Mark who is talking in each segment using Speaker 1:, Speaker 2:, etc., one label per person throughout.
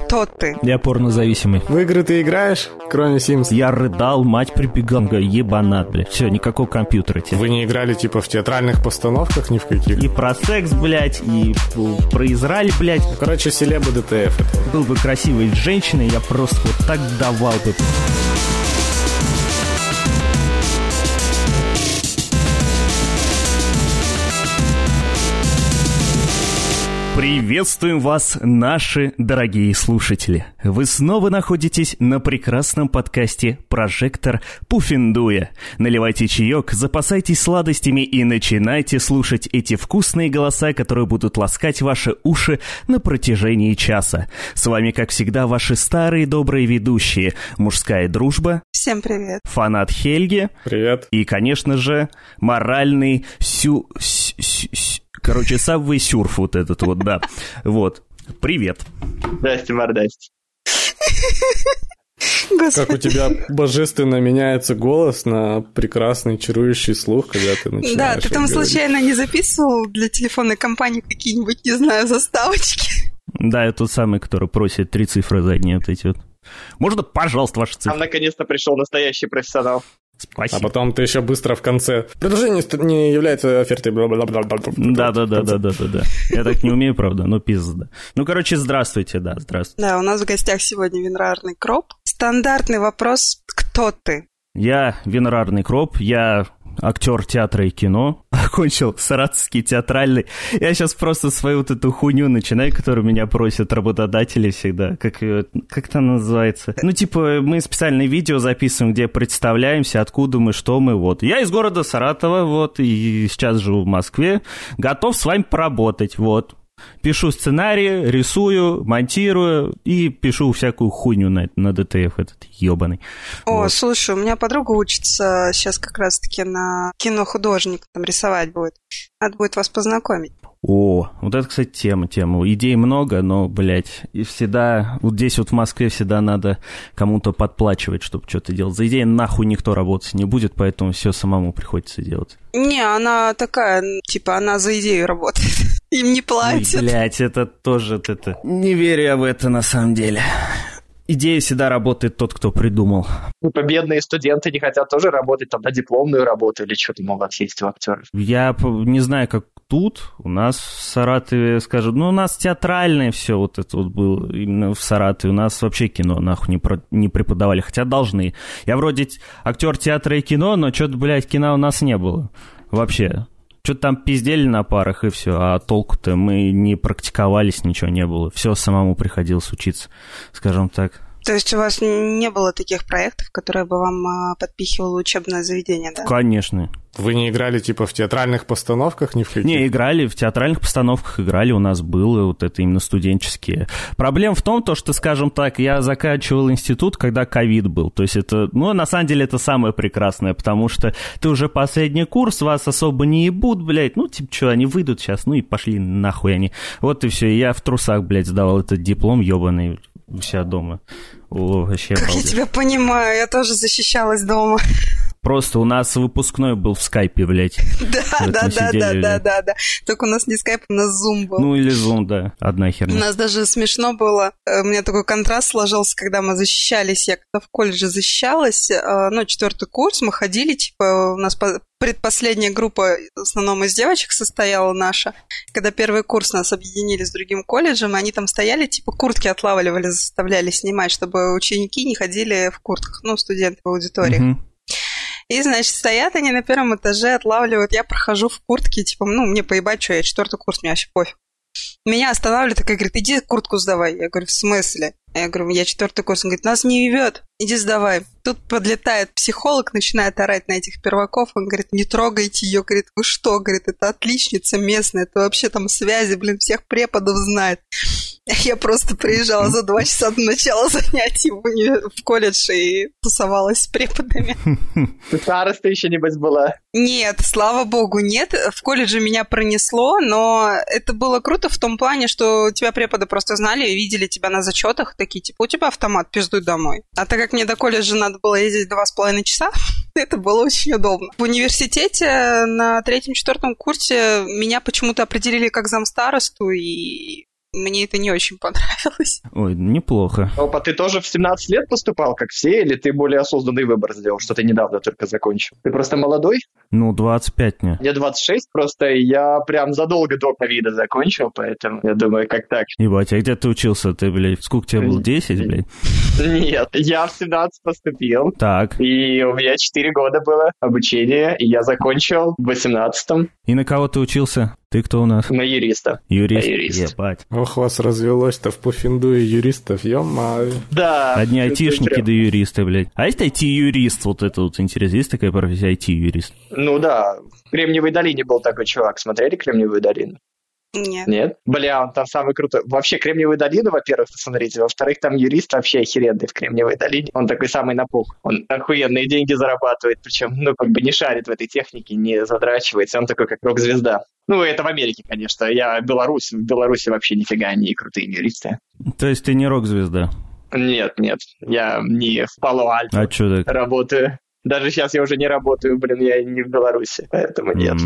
Speaker 1: Кто ты?
Speaker 2: Я порнозависимый.
Speaker 3: В игры ты играешь, кроме Sims?
Speaker 2: Я рыдал, мать прибегал, говорю, ебанат, блядь. Все, никакого компьютера тебе.
Speaker 3: Вы не играли, типа, в театральных постановках ни в каких?
Speaker 2: И про секс, блядь, и про Израиль, блядь.
Speaker 3: Короче, селеба ДТФ это.
Speaker 2: Был бы красивой женщиной, я просто вот так давал бы. Приветствуем вас, наши дорогие слушатели! Вы снова находитесь на прекрасном подкасте «Прожектор Пуффендуя». Наливайте чаек, запасайтесь сладостями и начинайте слушать эти вкусные голоса, которые будут ласкать ваши уши на протяжении часа. С вами, как всегда, ваши старые добрые ведущие «Мужская дружба».
Speaker 1: Всем привет.
Speaker 2: Фанат Хельги.
Speaker 3: Привет.
Speaker 2: И, конечно же, моральный Короче, Subway Surf вот этот вот, да. Вот. Привет.
Speaker 4: Здрасте, мордасти.
Speaker 3: Как у тебя божественно меняется голос на прекрасный, чарующий слух, когда ты начинаешь.
Speaker 1: Да, ты там
Speaker 3: говорить.
Speaker 1: случайно не записывал для телефонной компании какие-нибудь, не знаю, заставочки?
Speaker 2: Да, я тот самый, который просит 3 цифры задние вот эти вот. Можно, пожалуйста, ваши цифры?
Speaker 4: Там наконец-то пришел настоящий профессионал.
Speaker 2: Спасибо.
Speaker 3: А потом ты еще быстро в конце. Предложение не является офертой.
Speaker 2: Да. Я так не умею, правда, но пизда. Ну, короче, здравствуйте, да, здравствуйте.
Speaker 1: Да, у нас в гостях сегодня Винрарный Кроп. Стандартный вопрос: кто ты?
Speaker 2: Я Винрарный Кроп, я актер театра и кино, окончил Саратовский театральный. Я сейчас просто свою вот эту хуйню начинаю, которую меня просят работодатели всегда. Как это называется? Ну, типа, мы специальные видео записываем, где представляемся, откуда мы, что мы, вот. Я из города Саратова, вот, и сейчас живу в Москве, готов с вами поработать, вот. Пишу сценарии, рисую, монтирую и пишу всякую хуйню на ДТФ этот ебаный.
Speaker 1: О,
Speaker 2: вот.
Speaker 1: Слушай, у меня подруга учится сейчас как раз-таки на кинохудожник, там рисовать будет. Надо будет вас познакомить.
Speaker 2: О, вот это, кстати, тема. Идей много, но, блядь, и всегда, вот здесь вот в Москве всегда надо кому-то подплачивать, чтобы что-то делать. За идеи нахуй никто работать не будет, поэтому все самому приходится делать.
Speaker 1: Не, она такая, типа, она за идею работает. Им не платят.
Speaker 2: Ой, блядь, это тоже это. Не верю я в это на самом деле. Идея всегда работает тот, кто придумал.
Speaker 4: Типа бедные студенты не хотят тоже работать там на дипломную работу или что-то могут съесть у актеров.
Speaker 2: Я не знаю, как тут. У нас в Саратове, скажут, ну, у нас театральное все вот это вот было именно в Саратове. У нас вообще кино нахуй не преподавали, хотя должны. Я вроде актер театра и кино, но что-то, блядь, кино у нас не было вообще. Что-то там пиздели на парах и все, а толку-то мы не практиковались, ничего не было. Все самому приходилось учиться, скажем так.
Speaker 1: То есть у вас не было таких проектов, которые бы вам подпихивало учебное заведение, да?
Speaker 2: Конечно.
Speaker 3: Вы не играли, типа, в театральных постановках ни в каких?
Speaker 2: Не, играли, в театральных постановках играли, у нас было вот это именно студенческие. Проблема в том, что, скажем так, я заканчивал институт, когда ковид был. То есть это, ну, на самом деле это самое прекрасное, потому что ты уже последний курс, вас особо не ебут, блядь, ну, типа, что, они выйдут сейчас, ну, и пошли нахуй они. Вот и все, я в трусах, блядь, сдавал этот диплом ебаный у себя дома. О, вообще
Speaker 1: Как
Speaker 2: обалдеть.
Speaker 1: я тебя понимаю, я тоже защищалась дома.
Speaker 2: Просто у нас выпускной был в скайпе, блядь.
Speaker 1: Да. Только у нас не скайп, у нас зум был.
Speaker 2: Ну или зум, да, одна
Speaker 1: У
Speaker 2: херня.
Speaker 1: нас даже смешно было. У меня такой контраст сложился, когда мы защищались. Я когда в колледже защищалась, ну, 4-й курс, мы ходили, типа, у нас предпоследняя группа, в основном из девочек, состояла наша. Когда первый курс нас объединили с другим колледжем, они там стояли, типа, куртки отлавливали, заставляли снимать, чтобы ученики не ходили в куртках, ну, студенты в аудиториях.
Speaker 2: Угу.
Speaker 1: И, значит, стоят они на первом этаже, отлавливают. Я прохожу в куртке, типа, ну, мне поебать, что я 4-й курс, мне вообще пофиг. Меня останавливает, такая говорит, иди куртку сдавай. Я говорю, в смысле? Я говорю, я 4-й курс. Он говорит, нас не ебет, иди сдавай. Тут подлетает психолог, начинает орать на этих перваков. Он говорит, не трогайте ее. Говорит, вы что? Говорит, это отличница местная, это вообще там связи, блин, всех преподов знает. Я просто приезжала за 2 часа до начала занятий в колледж и тусовалась с преподами.
Speaker 4: Ты староста еще, небось, была?
Speaker 1: Нет, слава богу, нет. В колледже меня пронесло, но это было круто в том плане, что тебя преподы просто знали и видели тебя на зачетах, такие, типа, у тебя автомат, пиздуй домой. А так как мне до колледжа надо было ездить 2,5 часа, это было очень удобно. В университете на 3-4 курсе меня почему-то определили как замстаросту, и мне это не очень понравилось.
Speaker 2: Ой, неплохо.
Speaker 4: Опа, ты тоже в 17 лет поступал, как все, или ты более осознанный выбор сделал, что ты недавно только закончил? Ты просто молодой?
Speaker 2: Ну, 25 мне.
Speaker 4: Мне 26 просто, и я прям задолго до ковида закончил, поэтому я думаю, как так.
Speaker 2: Ебать, а где ты учился? Ты, блядь, сколько тебе было? 10, блядь?
Speaker 4: Нет, я в 17 поступил.
Speaker 2: Так.
Speaker 4: И у меня 4 года было обучения, и я закончил в 18-м.
Speaker 2: И на кого ты учился? Ты кто у нас?
Speaker 4: На юриста.
Speaker 2: Юрист.
Speaker 4: На юрист.
Speaker 2: Ебать.
Speaker 3: Ох, вас развелось-то в пуфинду и юристов, ё-моё.
Speaker 4: Да.
Speaker 2: Одни айтишники да юристы, блядь. А есть IT-юрист? Вот это вот интересно. Есть такая профессия IT-юрист?
Speaker 4: Ну да. В Кремниевой долине был такой чувак. Смотрели Кремниевую долину?
Speaker 1: Нет.
Speaker 4: Нет? Бля, он там самый крутой. Вообще, Кремниевую долину, во-первых, посмотрите. Во-вторых, там юрист вообще охеренный в Кремниевой долине. Он такой самый напух. Он охуенные деньги зарабатывает. Причем, ну, как бы не шарит в этой технике, не задрачивается. Он такой, как рок-звезда. Ну, это в Америке, конечно. Я Беларусь. В Беларуси вообще нифига не крутые юристы.
Speaker 2: То есть ты не рок-звезда?
Speaker 4: Нет. Я не в Пало-Альто
Speaker 2: А чё так?
Speaker 4: работаю. Даже сейчас я уже не работаю, блин, я не в Беларуси. Поэтому нет.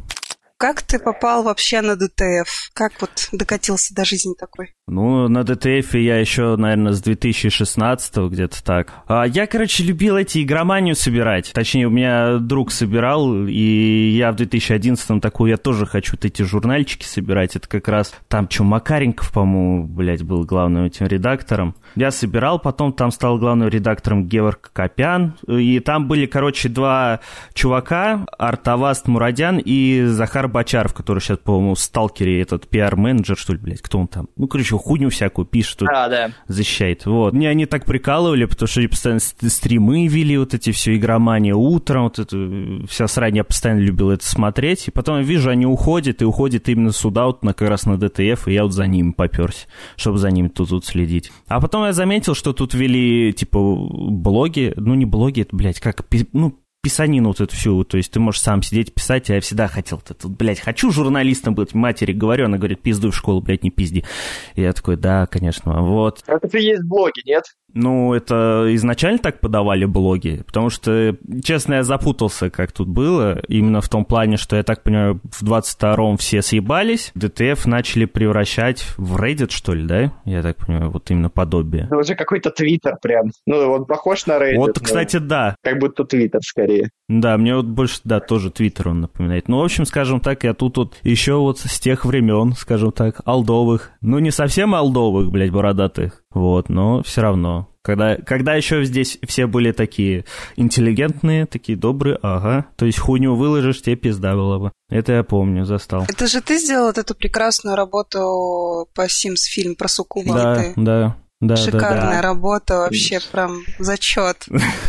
Speaker 1: Как ты попал вообще на ДТФ? Как вот докатился до жизни такой?
Speaker 2: Ну, на ДТФ я еще, наверное, с 2016-го где-то так. Я, короче, любил эти игроманию собирать. Точнее, у меня друг собирал, и я в 2011-м такой, я тоже хочу вот эти журнальчики собирать. Это как раз там, что, Макаренков, по-моему, блядь, был главным этим редактором. Я собирал, потом там стал главным редактором Геворг Копян. И там были, короче, два чувака, Артаваст Мурадян и Захар Бочаров, который сейчас, по-моему, в «Сталкере» этот пиар-менеджер, что ли, блядь, кто он там? Ну, короче, хуйню всякую пишет,
Speaker 4: да.
Speaker 2: защищает. Вот. Мне они так прикалывали, потому что они постоянно стримы вели, вот эти все игромания утром, вот это вся срань, я постоянно любил это смотреть. И потом я вижу, они уходят, и уходят именно сюда, вот как раз на ДТФ, и я вот за ними попёрся, чтобы за ними тут следить. А потом я заметил, что тут вели, типа, блоги, ну, не блоги, это, блядь, как, ну, писанину вот эту всю, то есть ты можешь сам сидеть писать, а я всегда хотел, блядь, хочу журналистом быть, матери говорю, она говорит, пиздуй в школу, блядь, не пизди. И я такой, да, конечно, вот.
Speaker 4: Это и есть блоги, нет?
Speaker 2: Ну, это изначально так подавали блоги, потому что, честно, я запутался, как тут было, именно в том плане, что, я так понимаю, в 22-м все съебались, ДТФ начали превращать в Reddit, что ли, да? Я так понимаю, вот именно подобие.
Speaker 4: Это уже какой-то твиттер прям. Ну, он похож на Reddit.
Speaker 2: Вот, кстати, да.
Speaker 4: Как будто твиттер скорее.
Speaker 2: Да, мне вот больше, да, тоже Твиттер он напоминает. Ну, в общем, скажем так, я тут вот еще вот с тех времен, скажем так, олдовых. Ну, не совсем олдовых, блядь, бородатых. Вот, но все равно. Когда еще здесь все были такие интеллигентные, такие добрые, ага. То есть хуйню выложишь, тебе пизда была бы. Это я помню, застал.
Speaker 1: Это же ты сделал вот эту прекрасную работу по Sims фильм про Суккуба?
Speaker 2: Да. Да,
Speaker 1: шикарная работа, вообще прям зачет.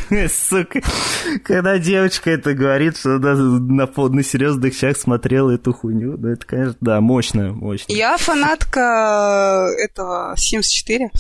Speaker 2: Сука, когда девочка это говорит, что она на серьезных щах смотрела эту хуйню, ну это, конечно, да, мощно.
Speaker 1: Я фанатка этого Sims 4.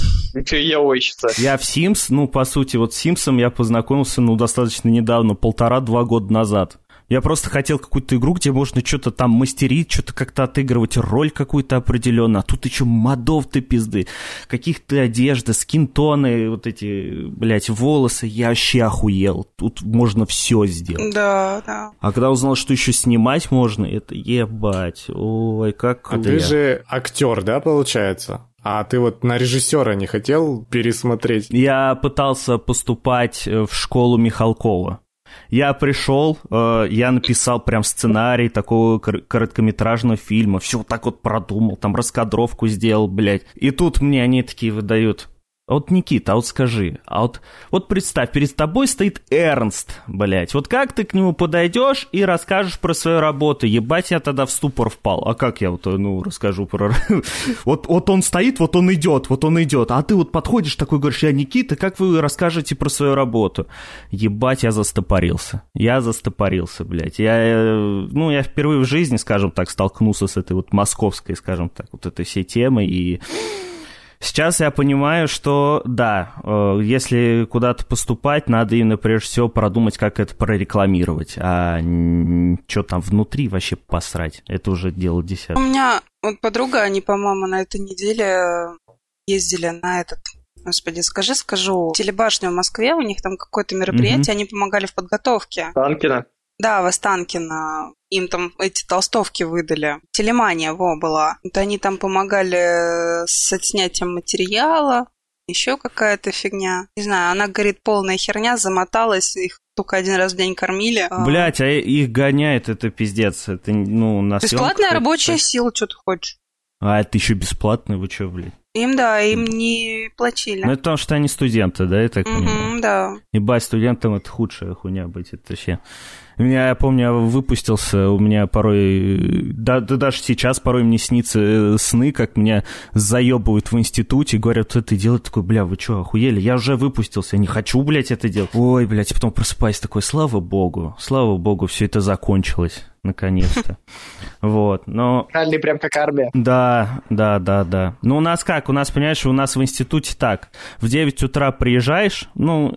Speaker 4: Я ойщица.
Speaker 2: Я в Sims, ну, по сути, вот с Симсом я познакомился, ну, достаточно недавно, 1,5-2 года назад. Я просто хотел какую-то игру, где можно что-то там мастерить, что-то как-то отыгрывать роль какую-то определенную, а тут еще модов ты пизды, каких-то одежды, скинтоны, вот эти, блядь, волосы, я вообще охуел. Тут можно все сделать.
Speaker 1: Да.
Speaker 2: А когда узнал, что еще снимать можно, это ебать, ой, как круто.
Speaker 3: А ты же актер, да, получается? А ты вот на режиссера не хотел пересмотреть?
Speaker 2: Я пытался поступать в школу Михалкова. Я пришел, я написал прям сценарий такого короткометражного фильма, все вот так вот продумал, там раскадровку сделал, блядь. И тут мне они такие выдают: а вот, Никита, а вот скажи, а вот представь, перед тобой стоит Эрнст, блядь, вот как ты к нему подойдешь и расскажешь про свою работу? Ебать, я тогда в ступор впал. А как я вот, ну, расскажу про... Вот он стоит, вот он идет, а ты вот подходишь такой, говоришь: я Никита, как вы расскажете про свою работу? Ебать, я застопорился, блядь. Я впервые в жизни, скажем так, столкнулся с этой вот московской, скажем так, вот этой всей темой, и... Сейчас я понимаю, что да, если куда-то поступать, надо именно прежде всего продумать, как это прорекламировать, а что там внутри вообще посрать, это уже дело десятое.
Speaker 1: У меня вот подруга, они, по-моему, на этой неделе ездили на этот, господи, скажу, телебашню в Москве, у них там какое-то мероприятие, они помогали в подготовке.
Speaker 4: Анкина.
Speaker 1: Да, в Останкино. Им там эти толстовки выдали. Телемания, была. Вот они там помогали с отснятием материала. Еще какая-то фигня. Не знаю, она, говорит, полная херня, замоталась, их только один раз в день кормили.
Speaker 2: Блять, а их гоняет, это пиздец. Это, на
Speaker 1: бесплатная рабочая сила, что ты хочешь.
Speaker 2: А это еще бесплатно, вы что, блядь?
Speaker 1: Им не платили.
Speaker 2: Ну, это потому что они студенты, да, я так понимаю?
Speaker 1: Да.
Speaker 2: Ебать, студентам это худшая хуйня быть, это вообще... Я помню, я выпустился, у меня порой, да даже сейчас порой мне снится сны, как меня заебывают в институте, говорят, что ты делаешь, такой, бля, вы что, охуели? Я уже выпустился, я не хочу, блядь, это делать. Ой, блядь, и потом просыпаюсь такой, слава богу, все это закончилось, наконец-то. Вот, но...
Speaker 4: Реально прям как армия.
Speaker 2: Да. Ну, у нас как? У нас, понимаешь, у нас в институте так. В 9 утра приезжаешь,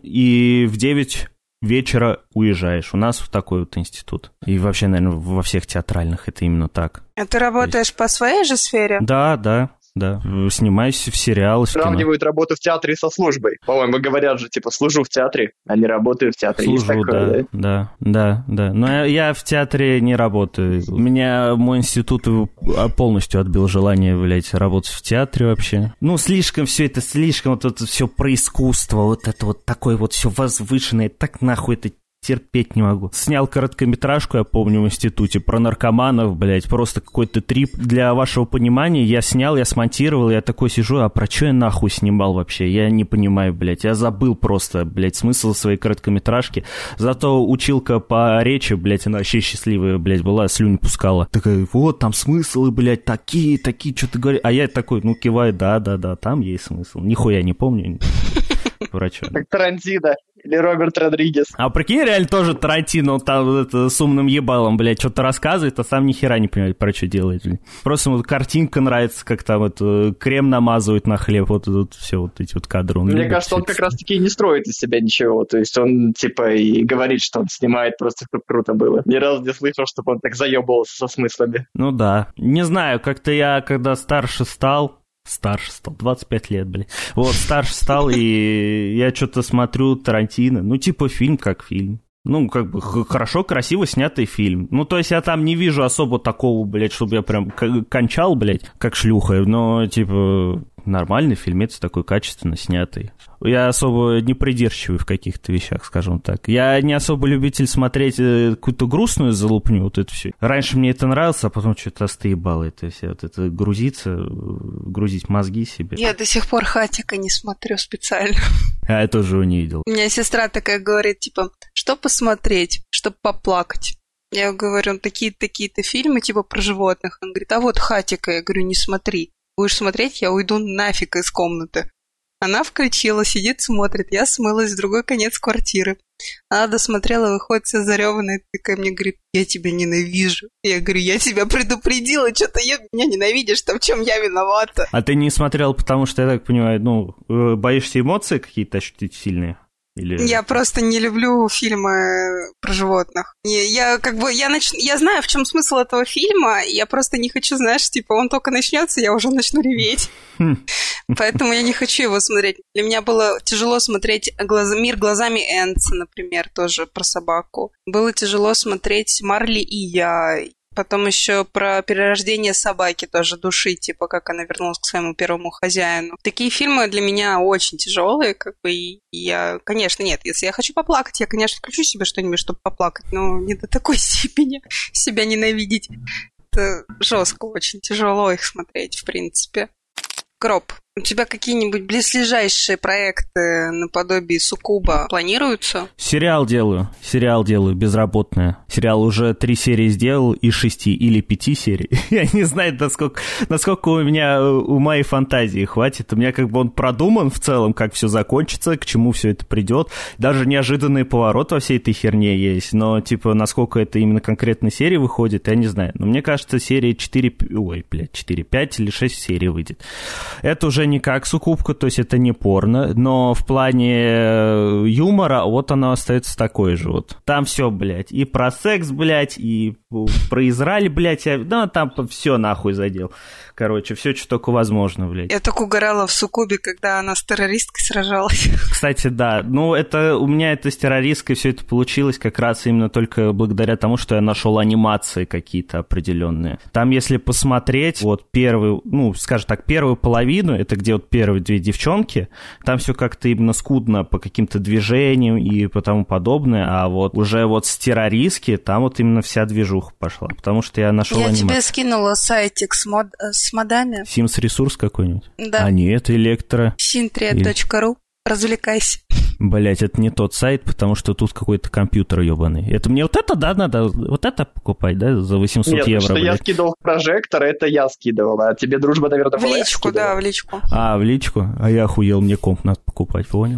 Speaker 2: и в 9 вечера уезжаешь. У нас вот такой вот институт. И вообще, наверное, во всех театральных это именно так.
Speaker 1: А ты работаешь по своей же сфере?
Speaker 2: Да. Снимаюсь в сериалы.
Speaker 4: Сравнивают работу в театре со службой. По-моему, говорят же, служу в театре, а не работаю в театре.
Speaker 2: Служу,
Speaker 4: такое,
Speaker 2: да. Но я в театре не работаю. У меня мой институт полностью отбил желание, блядь, работать в театре вообще. Слишком все это, вот это все про искусство, вот это вот такое вот все возвышенное, так нахуй это терпеть не могу. Снял короткометражку, я помню, в институте, про наркоманов, блядь, просто какой-то трип. Для вашего понимания, я снял, я смонтировал, я такой сижу, а про что я нахуй снимал вообще? Я не понимаю, блядь, я забыл просто, блядь, смысл своей короткометражки. Зато училка по речи, блядь, она вообще счастливая, блядь, была, слюни пускала. Такая, вот, там смыслы, блядь, такие, что ты говоришь. А я такой, киваю, да, там есть смысл. Нихуя не помню. Врача.
Speaker 4: Как Тарантино или Роберт Родригес.
Speaker 2: А прикинь, реально тоже Тарантино, он там с умным ебалом, блядь, что-то рассказывает, а сам ни хера не понимает, про что делает, блядь. Просто вот картинка нравится, как там крем намазывают на хлеб, вот все вот эти вот кадры.
Speaker 4: Мне кажется, он как раз-таки и не строит из себя ничего, то есть он и говорит, что он снимает просто, чтобы круто было. Ни разу не слышал, чтобы он так заебывался со смыслами.
Speaker 2: Ну да. Не знаю, как-то я, когда старше стал, 25 лет, блин. Вот, старше стал, и я что-то смотрю Тарантино, фильм как фильм. Хорошо, красиво снятый фильм. То есть я там не вижу особо такого, блядь, чтобы я прям кончал, блядь, как шлюха, но, нормальный фильмец такой качественно снятый. Я особо не придирчивый в каких-то вещах, скажем так. Я не особо любитель смотреть какую-то грустную залупню, вот это все. Раньше мне это нравилось, а потом что-то остыебало это все. Вот это грузить мозги себе.
Speaker 1: Я до сих пор «Хатико» не смотрю специально.
Speaker 2: А я тоже его не видел.
Speaker 1: У меня сестра такая говорит, что посмотреть, чтобы поплакать. Я говорю, такие-то фильмы, про животных. Он говорит, а вот «Хатико». Я говорю, не смотри. Будешь смотреть, я уйду нафиг из комнаты. Она включила, сидит, смотрит. Я смылась в другой конец квартиры. Она досмотрела, выходит вся зареванная, такая мне говорит, я тебя ненавижу. Я говорю, я тебя предупредила, что ты меня ненавидишь, там в чем я виновата.
Speaker 2: А ты не смотрел, потому что, я так понимаю, боишься эмоций какие-то ощутить сильные? Или...
Speaker 1: Я просто не люблю фильмы про животных. Я знаю, в чем смысл этого фильма, я просто не хочу, знаешь, он только начнется, я уже начну реветь. Поэтому я не хочу его смотреть. Для меня было тяжело смотреть «Мир глазами Энца», например, тоже про собаку. Было тяжело смотреть «Марли и я». Потом еще про перерождение собаки тоже, души, как она вернулась к своему первому хозяину. Такие фильмы для меня очень тяжелые, и я, конечно, нет, если я хочу поплакать, я, конечно, включу себе что-нибудь, чтобы поплакать, но не до такой степени себя ненавидеть. Это жестко, очень тяжело их смотреть, в принципе. Гроб, у тебя какие-нибудь близлежащие проекты наподобие «Суккуба» планируются?
Speaker 2: Сериал делаю, безработное. Сериал уже 3 серии сделал из 6 или 5 серий. Я не знаю, насколько у меня ума и фантазии хватит. У меня он продуман в целом, как все закончится, к чему все это придет. Даже неожиданный поворот во всей этой херне есть. Но, насколько это именно конкретно серии выходит, я не знаю. Но мне кажется, серия 4, 5 или 6 серий выйдет. Это уже уже не как суккубка, то есть это не порно, но в плане юмора вот оно остается такое же вот. Там все, блядь, и про секс, блядь, и про Израиль, блядь, да, там все нахуй задел. Короче, все, что только возможно, блядь.
Speaker 1: Я так угорала в суккубе, когда она с террористкой сражалась.
Speaker 2: Кстати, да, ну это у меня это с террористкой все это получилось как раз именно только благодаря тому, что я нашел анимации какие-то определенные. Там, если посмотреть, вот первую, ну, скажем так, первую половину, это где вот первые две девчонки, там все как-то именно скудно по каким-то движениям и по тому подобное, а вот уже вот с террористки там вот именно вся движуха пошла, потому что я нашел анимацию.
Speaker 1: Я тебе скинула сайтик с модами.
Speaker 2: Sims ресурс какой-нибудь?
Speaker 1: Да.
Speaker 2: А нет, Электро.
Speaker 1: Sintret.ru. Развлекайся.
Speaker 2: Блять, это не тот сайт, потому что тут какой-то компьютер ебаный. Это мне вот это, да, надо вот это покупать, да, за 800
Speaker 4: Нет,
Speaker 2: евро,
Speaker 4: что
Speaker 2: блядь.
Speaker 4: Я скидывал в прожектор, это я скидывал, а тебе дружба, наверное,
Speaker 1: в личку, да, в личку.
Speaker 2: А, в личку? А я охуел, мне комп надо покупать, понял?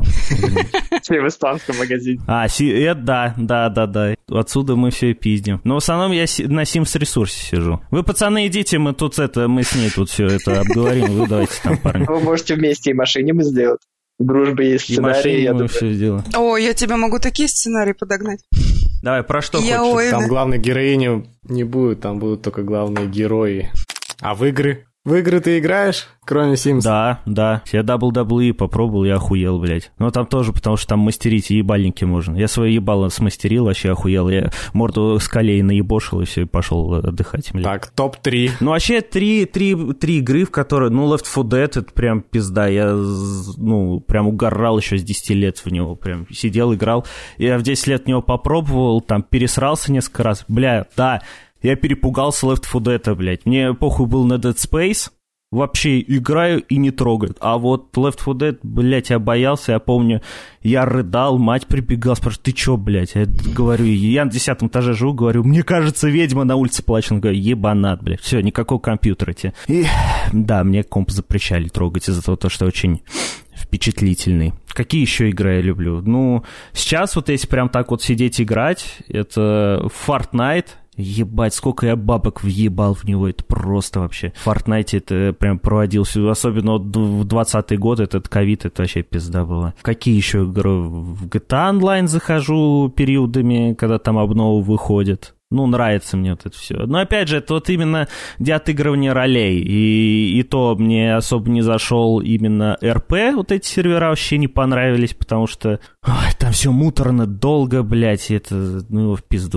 Speaker 4: В испанском магазине.
Speaker 2: А, это да. Отсюда мы все и пиздим. Но в основном я на Sims ресурсе сижу. Вы, пацаны, идите, мы с ней тут все это обговорим, вы давайте там, парни.
Speaker 4: Вы можете вместе и машине мы сделать. Дружба есть сценарий, я думаю.
Speaker 2: Все сделаем.
Speaker 1: О, я тебе могу такие сценарии подогнать.
Speaker 2: Давай, про что хочешь?
Speaker 3: Там главной героини не будет, там будут только главные герои. А в игры? В игры ты играешь, кроме Sims?
Speaker 2: Да. Я WWE попробовал, я охуел, блядь. Но там тоже, потому что там мастерить и ебальники можно. Я свое ебало смастерил, вообще охуел. Я морду с колей наебошил и все, и пошел отдыхать, блядь.
Speaker 3: Так, топ-3.
Speaker 2: Ну, вообще, три игры, в которые... Ну, Left 4 Dead, это прям пизда. Я, прям угорал еще с 10 лет в него. Прям сидел, играл. Я в 10 лет в него попробовал, там, пересрался несколько раз. Бля, да... Я перепугался Left 4 Dead, блядь. Мне похуй был на Dead Space. Вообще играю и не трогает. А вот Left 4 Dead, блядь, я боялся. Я помню, я рыдал, мать прибегала, спрашивает, ты чё, блядь? Я говорю, я на 10 этаже живу, говорю, мне кажется, ведьма на улице плачет. Он говорит, ебанат, блядь. Все, никакого компьютера тебе. И да, мне комп запрещали трогать из-за того, что очень впечатлительный. Какие еще игры я люблю? Ну, сейчас вот если прям так вот сидеть играть, это Fortnite. Ебать, сколько я бабок въебал в него, это просто вообще. В Fortnite это прям проводился, особенно вот в 20-й год, этот ковид, это вообще пизда была. Какие еще игры? В GTA Online захожу периодами, когда там обновы выходят. Ну, нравится мне вот это все. Но, опять же, это вот именно для отыгрывания ролей. И то мне особо не зашел именно РП. Вот эти сервера вообще не понравились, потому что там все муторно, долго, блядь. Это, в пизду.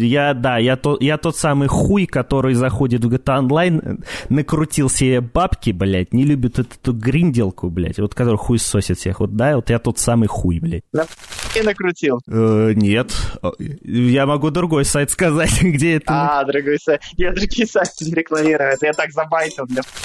Speaker 2: Я тот самый хуй, который заходит в GTA Online, накрутил себе бабки, блядь, не любит эту гринделку, блядь, вот который хуй сосет всех. Вот я тот самый хуй, блядь.
Speaker 4: И накрутил?
Speaker 2: Нет. Я могу другой сайт сказать. Где это?
Speaker 4: Другой сайт. Я другие сайты рекламирую. Это я так забайтил.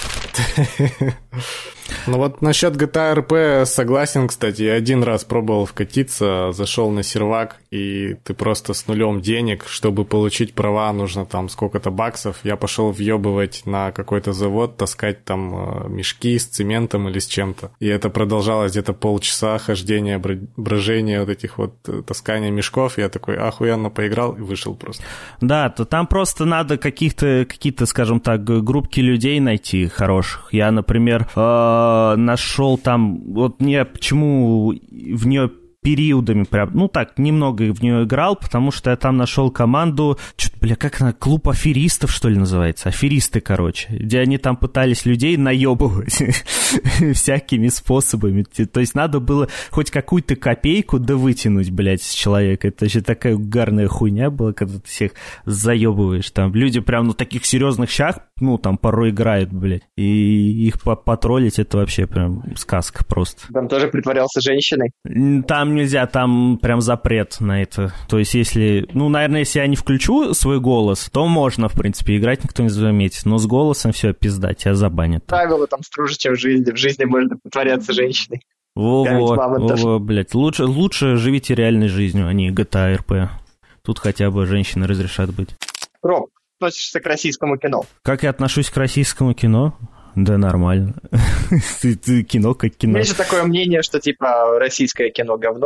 Speaker 3: Ну вот насчет GTA RP согласен, кстати. Я один раз пробовал вкатиться, зашел на сервак, и ты просто с нулем денег, чтобы получить права, нужно там сколько-то баксов. Я пошел въебывать на какой-то завод, таскать там мешки с цементом или с чем-то. И это продолжалось где-то полчаса хождения, брожения, вот этих вот таскания мешков. Я такой охуенно поиграл и вышел просто.
Speaker 2: Да, то там просто надо какие-то, скажем так, группки людей найти хороших. Я, например, нашел там, вот мне почему в нее периодами прям, немного в нее играл, потому что я там нашел команду, как она, клуб аферистов, что ли, называется? Аферисты, короче, где они там пытались людей наебывать всякими способами. То есть надо было хоть какую-то копейку вытянуть, блядь, с человека. Это вообще такая угарная хуйня была, когда ты всех заебываешь. Там люди прям на таких серьезных щах, там порой играют, блядь. И их потроллить, это вообще прям сказка просто.
Speaker 4: Там тоже притворялся женщиной?
Speaker 2: Там нельзя, там прям запрет на это. То есть, если, наверное, если я не включу свой голос, то можно, в принципе, играть, никто не заметит. Но с голосом все, пизда, тебя забанят.
Speaker 4: Правила там строже, чем в жизни. В жизни можно притворяться женщиной.
Speaker 2: Во, блядь. Лучше живите реальной жизнью, а не GTA RP. Тут хотя бы женщины разрешат быть.
Speaker 4: Роб, относишься к российскому кино?
Speaker 2: Как я отношусь к российскому кино? Да нормально. Ты кино как кино.
Speaker 4: Есть же такое мнение, что типа российское кино говно.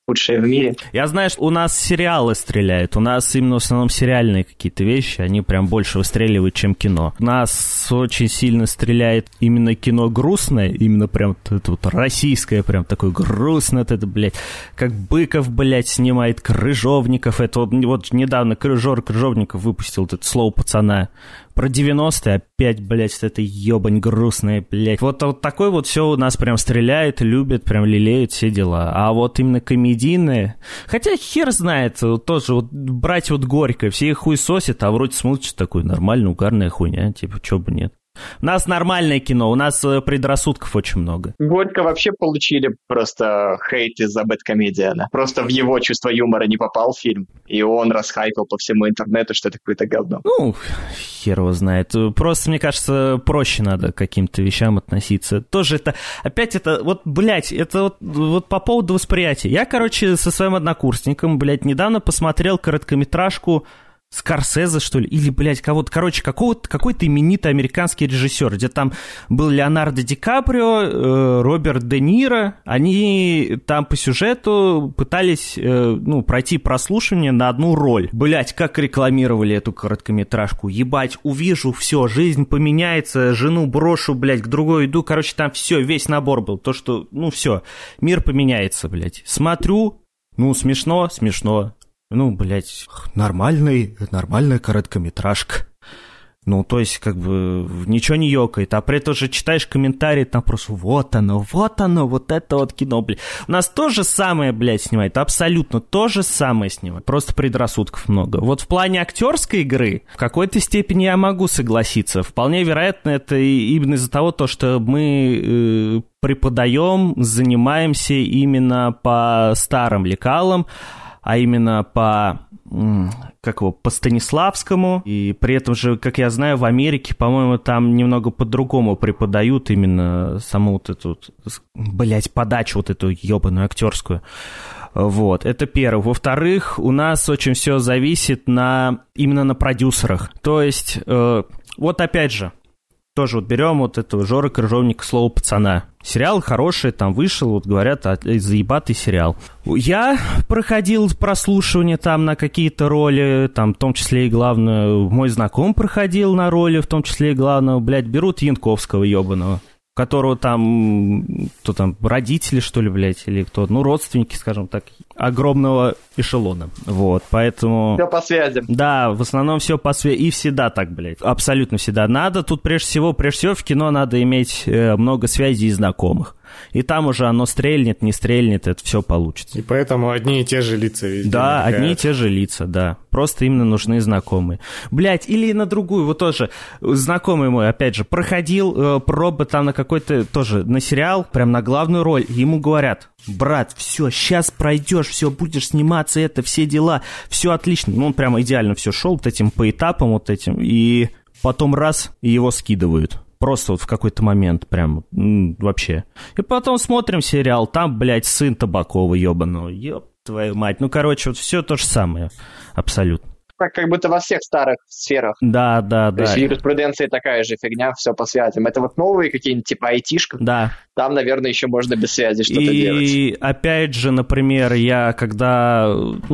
Speaker 4: худшее в мире.
Speaker 2: Я знаю, что у нас сериалы стреляют. У нас именно в основном сериальные какие-то вещи, они прям больше выстреливают, чем кино. У нас очень сильно стреляет именно кино грустное, именно прям это вот российское, прям такое грустное, это, блядь, как Быков, блядь, снимает, Крыжовников. Это вот недавно Крыжовников выпустил вот это «Слово пацана». Про 90-е опять, блядь, это ебань грустная, блядь. Вот такое вот все у нас прям стреляет, любят, прям лелеют все дела. А вот именно комедийные... Хотя хер знает, вот тоже вот брать вот Горькое, все их хуесосят, а вроде смотришь такой нормальный, угарная хуйня, типа, чё бы нет. У нас нормальное кино, у нас предрассудков очень много.
Speaker 4: Горько вообще получили просто хейт из-за бэдкомедиана. Просто в его чувство юмора не попал фильм, и он расхайпил по всему интернету, что это какое-то говно.
Speaker 2: Ну, хер его знает. Просто, мне кажется, проще надо к каким-то вещам относиться. Тоже это, опять это, вот, блядь, это вот по поводу восприятия. Я, короче, со своим однокурсником, блядь, недавно посмотрел короткометражку Скорсезе, что ли, или, блядь, кого-то, короче, какой-то именитый американский режиссер, где там был Леонардо Ди Каприо, Роберт Де Ниро, они там по сюжету пытались, пройти прослушивание на одну роль. Блядь, как рекламировали эту короткометражку, ебать, увижу, все, жизнь поменяется, жену брошу, блядь, к другой иду, короче, там все, весь набор был, то, что, все, мир поменяется, блядь. Смотрю, смешно, блядь, нормальная короткометражка. То есть, как бы, ничего не ёкает. А при этом же читаешь комментарии, там просто вот оно, вот это вот кино, блядь. У нас то же самое, блядь, снимает, абсолютно то же самое снимает. Просто предрассудков много. Вот в плане актерской игры в какой-то степени я могу согласиться. Вполне вероятно, это именно из-за того, что мы преподаем, занимаемся именно по старым лекалам, а именно по Станиславскому, и при этом же, как я знаю, в Америке, по-моему, там немного по-другому преподают именно саму вот эту, блядь, подачу вот эту ебаную актерскую. Вот, это первое. Во-вторых, у нас очень все зависит именно на продюсерах. То есть, вот опять же, тоже вот берем вот этого Жоры Крыжовника «Слово пацана». Сериал хороший, там вышел, вот говорят, заебатый сериал. Я проходил прослушивание там на какие-то роли, там, в том числе и главную, мой знакомый проходил на роли, в том числе и главного, блядь, берут Янковского ебаного, которого там, кто там, родители, что ли, блядь, или кто, родственники, скажем так, огромного эшелона. Вот, поэтому...
Speaker 4: Все по связям.
Speaker 2: Да, в основном все по связям. И всегда так, блядь. Абсолютно всегда. Надо тут прежде всего в кино надо иметь много связей и знакомых. И там уже оно стрельнет, не стрельнет, это все получится.
Speaker 3: И поэтому одни и те же лица везде.
Speaker 2: Да, одни и те же лица, да. Просто именно нужны знакомые. Блядь, или на другую, вот тоже знакомый мой, опять же, проходил пробы там на какой-то, тоже на сериал, прям на главную роль. Ему говорят: брат, все, сейчас пройдешь, все, будешь сниматься, это, все дела, все отлично. Он прямо идеально все шел вот этим по этапам вот этим, и потом раз, и его скидывают. Просто вот в какой-то момент прям вообще. И потом смотрим сериал, там, блядь, сын Табакова ебаного. Ёб твою мать. Вот все то же самое. Абсолютно.
Speaker 4: Как будто во всех старых сферах.
Speaker 2: Да.
Speaker 4: То есть юриспруденция такая же фигня, все по связям. Это вот новые какие-нибудь типа айтишка.
Speaker 2: Да.
Speaker 4: Там, наверное, еще можно без связи что-то делать.
Speaker 2: И опять же, например, я когда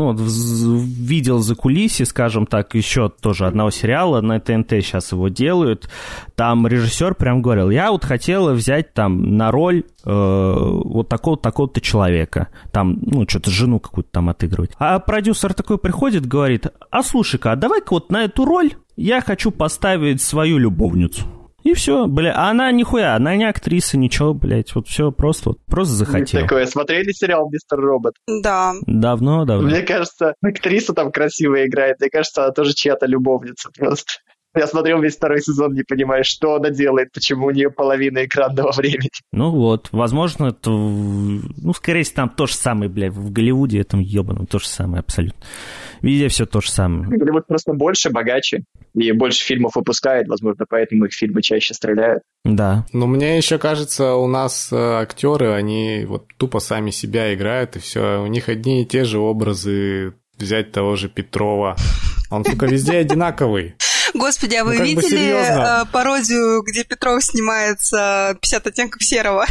Speaker 2: видел закулисье, скажем так, еще тоже одного сериала, на ТНТ сейчас его делают, там режиссер прям говорил: я вот хотела взять там на роль вот такого-то человека, там, что-то жену какую-то там отыгрывать. А продюсер такой приходит, говорит: а слушай-ка, а давай-ка вот на эту роль я хочу поставить свою любовницу. И все, бля, а она нихуя, она не актриса, ничего, блядь, вот все просто захотел.
Speaker 4: Такое, смотрели сериал «Мистер Робот»?
Speaker 1: Да.
Speaker 2: Давно.
Speaker 4: Мне кажется, актриса там красиво играет, мне кажется, она тоже чья-то любовница просто. Я смотрел весь второй сезон, не понимаю, что она делает, почему у нее половина экранного времени.
Speaker 2: Возможно, это, скорее всего, там то же самое, блядь, в Голливуде этом ебаном то же самое абсолютно. Везде все то же самое.
Speaker 4: Голливуд просто больше, богаче, и больше фильмов выпускает, возможно, поэтому их фильмы чаще стреляют.
Speaker 2: Да.
Speaker 3: Но мне еще кажется, у нас актеры, они вот тупо сами себя играют, и все, у них одни и те же образы. Взять того же Петрова, он, сука, везде одинаковый.
Speaker 1: Господи, а вы видели пародию, где Петров снимается «50 оттенков серого»?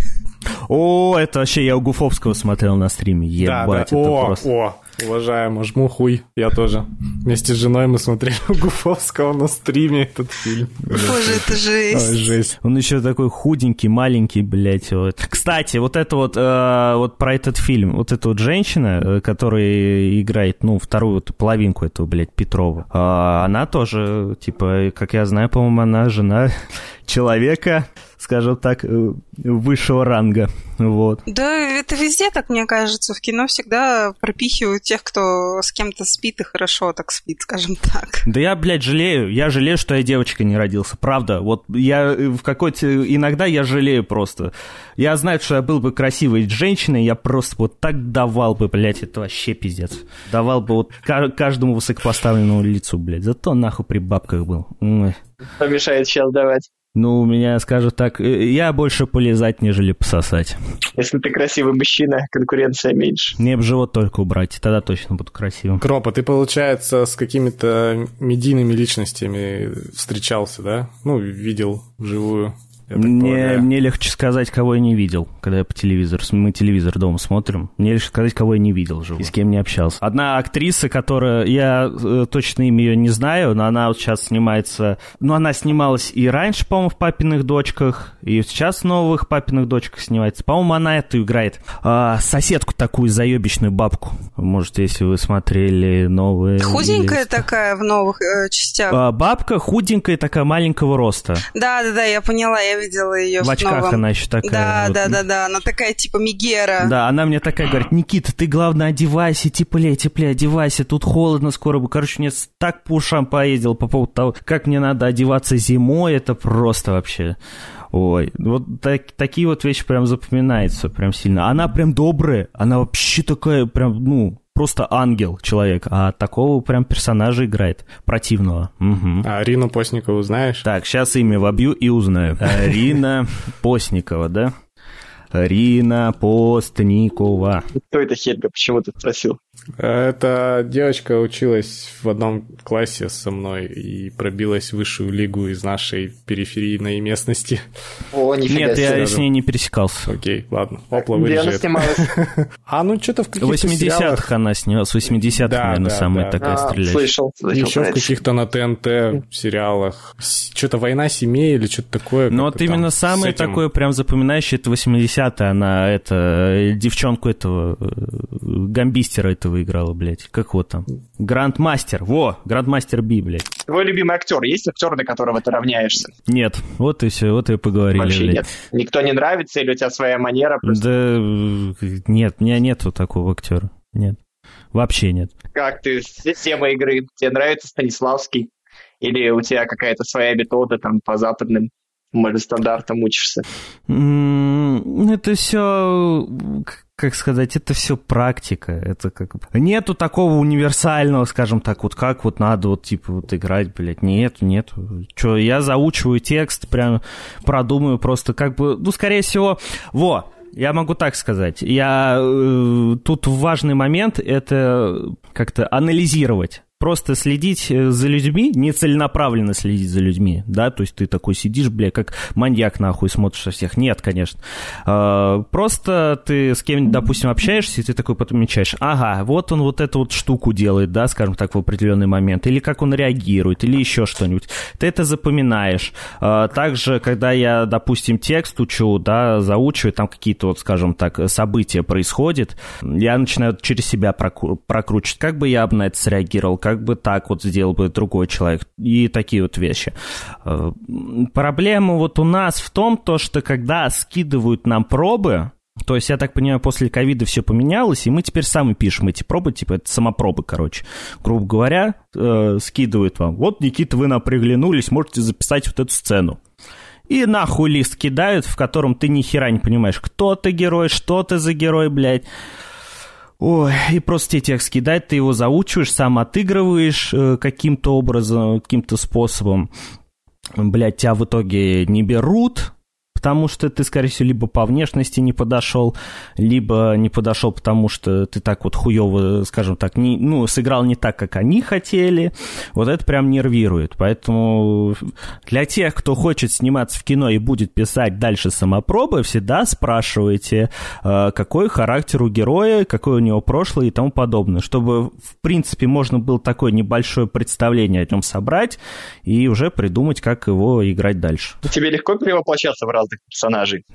Speaker 2: О, это вообще я у Гуфовского смотрел на стриме. Ебать,
Speaker 3: да.
Speaker 2: это просто...
Speaker 3: Уважаемо, жму хуй. Я тоже. Вместе с женой мы смотрели у Гуфовского на стриме этот фильм.
Speaker 1: Боже, это жесть.
Speaker 3: Жесть.
Speaker 2: Он еще такой худенький, маленький, блядь. Вот. Кстати, вот это вот про этот фильм. Вот эта вот женщина, которая играет, вторую вот половинку этого, блядь, Петрова. Она тоже, типа, как я знаю, по-моему, она жена человека, скажем так, высшего ранга. Вот.
Speaker 1: Да, это везде так, мне кажется. В кино всегда пропихивают тех, кто с кем-то спит и хорошо так спит, скажем так.
Speaker 2: Да я, блядь, жалею. Я жалею, что я девочкой не родился. Правда. Вот я в какой-то... Иногда я жалею просто. Я знаю, что я был бы красивой женщиной, я просто вот так давал бы, блядь, это вообще пиздец. Давал бы вот каждому высокопоставленному лицу, блядь. Зато нахуй при бабках был.
Speaker 4: Что мешает сейчас давать?
Speaker 2: У меня, скажу так, я больше полизать, нежели пососать.
Speaker 4: Если ты красивый мужчина, конкуренция меньше.
Speaker 2: Мне бы живот только убрать, тогда точно буду красивым.
Speaker 3: Кропа, ты, получается, с какими-то медийными личностями встречался, да? Видел вживую.
Speaker 2: Мне легче сказать, кого я не видел, когда я мы телевизор дома смотрим. Мне легче сказать, кого я не видел живо и с кем не общался. Одна актриса, которая, я точно имя ее не знаю, но она вот сейчас снимается... она снималась и раньше, по-моему, в «Папиных дочках», и сейчас в новых «Папиных дочках» снимается. По-моему, она эту играет. Соседку такую, заебищную бабку. Может, если вы смотрели новые...
Speaker 1: Худенькая такая в новых частях.
Speaker 2: Бабка худенькая, такая маленького роста.
Speaker 1: Да, я поняла, я видела ее
Speaker 2: в очках
Speaker 1: новом.
Speaker 2: Она еще такая.
Speaker 1: Да, она такая типа Мегера.
Speaker 2: Да, она мне такая говорит: Никита, ты главное одевайся, теплее, одевайся, тут холодно скоро бы. Короче, мне так по ушам поездил по поводу того, как мне надо одеваться зимой, это просто вообще... Ой, вот такие вот вещи прям запоминаются прям сильно. Она прям добрая, она вообще такая прям, просто ангел человек, а такого прям персонажа играет, противного. Угу.
Speaker 3: А Рину Постникову знаешь?
Speaker 2: Так, сейчас имя вобью и узнаю. Рина Постникова, да? Рина Постникова.
Speaker 4: Кто это Хельга? Почему ты спросил?
Speaker 3: Эта девочка училась в одном классе со мной и пробилась в высшую лигу из нашей периферийной местности.
Speaker 4: О, нифига.
Speaker 2: Нет, я с ней не пересекался.
Speaker 3: Окей, ладно. Опла
Speaker 4: Где она
Speaker 3: вырежет.
Speaker 4: снималась?
Speaker 3: Что-то в каких-то
Speaker 2: В 80-х она снялась, в 80-х, наверное, самая такая стреляющая.
Speaker 4: Слышал.
Speaker 3: Еще в каких-то на ТНТ сериалах. Что-то «Война семей» или что-то такое.
Speaker 2: Вот именно самое такое прям запоминающее, это 80-е. Она, девчонку этого, гамбистера этого играла, блядь. Как его там? Грандмастер. Грандмастер Би, блядь.
Speaker 4: Твой любимый актер? Есть актер, на которого ты равняешься?
Speaker 2: Нет. Вот и все, вот и поговорили.
Speaker 4: Вообще
Speaker 2: блядь.
Speaker 4: нет. Никто не нравится или у тебя своя манера? Просто?
Speaker 2: Да нет, у меня нету такого актера. Нет. Вообще нет.
Speaker 4: Как ты? Система игры. Тебе нравится Станиславский? Или у тебя какая-то своя метода там по западным, может, стандартам учишься?
Speaker 2: Это все, как сказать, это все практика. Это как... Нету такого универсального, скажем так, вот как вот надо вот типа вот играть, блядь. Нету. Че, я заучиваю текст, прям продумаю просто как бы, скорее всего, я могу так сказать. Тут важный момент — это как-то анализировать. Просто следить за людьми, нецеленаправленно следить за людьми, да, то есть ты такой сидишь, бля, как маньяк нахуй смотришь со всех. Нет, конечно. Просто ты с кем-нибудь, допустим, общаешься, и ты такой потом мечаешь, вот он вот эту вот штуку делает, да, скажем так, в определенный момент, или как он реагирует, или еще что-нибудь. Ты это запоминаешь. Также, когда я, допустим, текст учу, да, заучиваю, там какие-то вот, скажем так, события происходят, я начинаю через себя прокручивать, как бы я на это среагировал, как бы так вот сделал бы другой человек, и такие вот вещи. Проблема вот у нас в том, что когда скидывают нам пробы, то есть, я так понимаю, после ковида все поменялось, и мы теперь сами пишем эти пробы, типа это самопробы, короче. Грубо говоря, скидывают вам. Вот, Никита, вы нам приглянулись, можете записать вот эту сцену. И нахуй лист кидают, в котором ты ни хера не понимаешь, кто ты герой, что ты за герой, блядь. Ой, и просто тебе текст кидать, ты его заучиваешь, сам отыгрываешь каким-то образом, каким-то способом. Блядь, тебя в итоге не берут, потому что ты, скорее всего, либо по внешности не подошел, либо не подошел, потому что ты так вот хуёво, скажем так, сыграл не так, как они хотели. Вот это прям нервирует. Поэтому для тех, кто хочет сниматься в кино и будет писать дальше самопробы, всегда спрашивайте, какой характер у героя, какое у него прошлое и тому подобное, чтобы, в принципе, можно было такое небольшое представление о нем собрать и уже придумать, как его играть дальше.
Speaker 4: Тебе легко перевоплощаться в разных персонажей?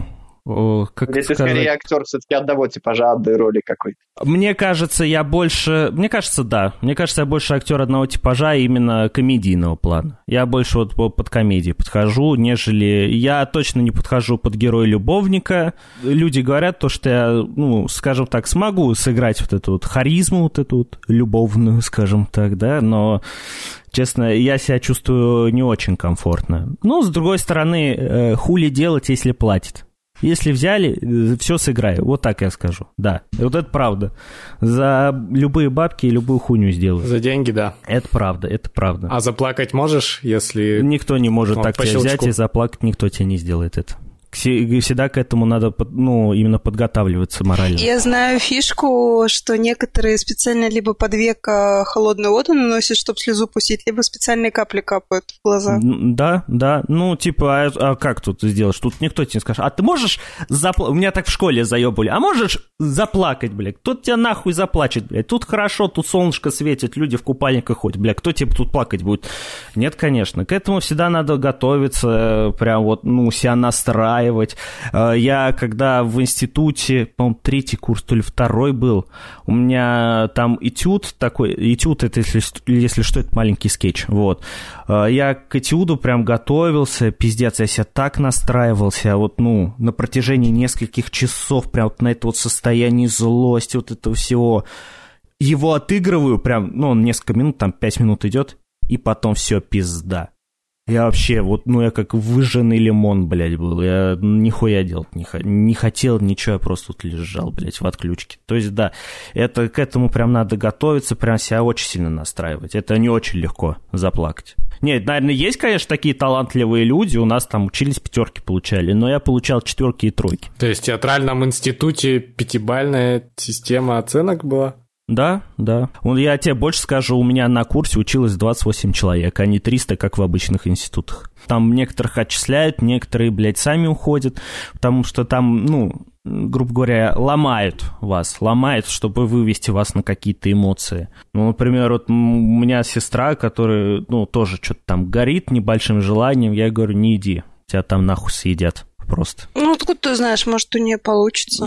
Speaker 2: Как
Speaker 4: или ты скорее актер все-таки одного типажа, одной роли какой-то?
Speaker 2: Мне кажется, да. Мне кажется, я больше актер одного типажа именно комедийного плана. Я больше вот под комедию подхожу, нежели... Я точно не подхожу под героя-любовника. Люди говорят то, что я, скажем так, смогу сыграть вот эту вот харизму, вот эту вот любовную, скажем так, да, но... Честно, я себя чувствую не очень комфортно. С другой стороны, хули делать, если платят? Если взяли, все сыграю. Вот так я скажу. Да, вот это правда. За любые бабки и любую хуйню сделаю.
Speaker 3: За деньги, да.
Speaker 2: Это правда. А
Speaker 3: заплакать можешь, если...
Speaker 2: Никто не может так тебя взять и заплакать, никто тебе не сделает это. Всегда к этому надо именно подготавливаться морально.
Speaker 1: Я знаю фишку, что некоторые специально либо под век холодную воду наносят, чтобы слезу пустить, либо специальные капли капают в глаза.
Speaker 2: Да. А как тут сделаешь? Тут никто тебе не скажет. А ты можешь заплакать? У меня так в школе заебали. А можешь заплакать, блядь? Кто тебя нахуй заплачет, блядь? Тут хорошо, тут солнышко светит, люди в купальниках ходят, блядь. Кто тебе тут плакать будет? Нет, конечно. К этому всегда надо готовиться, прям себя настраивать. Я когда в институте, по-моему, 3-й курс, то ли 2-й был, у меня там этюд такой, этюд это, если что, это маленький скетч, вот. Я к этюду прям готовился, пиздец, я себя так настраивался, на протяжении нескольких часов, прям на это вот состояние злости, вот этого всего. Его отыгрываю прям, он несколько минут, там 5 минут идет, и потом все, пизда. Я вообще, я как выжженный лимон, блядь, был. Я нихуя делать не хотел, ничего, я просто тут лежал, блядь, в отключке. То есть, да, к этому прям надо готовиться, прям себя очень сильно настраивать. Это не очень легко заплакать. Нет, наверное, есть, конечно, такие талантливые люди, у нас там учились 5 получали, но я получал 4 и 3.
Speaker 3: То есть в театральном институте 5-бальная система оценок была?
Speaker 2: Да. Я тебе больше скажу, у меня на курсе училось 28 человек, а не 300, как в обычных институтах. Там некоторых отчисляют, некоторые, блядь, сами уходят, потому что там, грубо говоря, ломают, чтобы вывести вас на какие-то эмоции. Например, вот у меня сестра, которая, тоже что-то там горит небольшим желанием, я говорю, не иди, тебя там нахуй съедят. Просто.
Speaker 1: Откуда ты знаешь, может, у нее получится?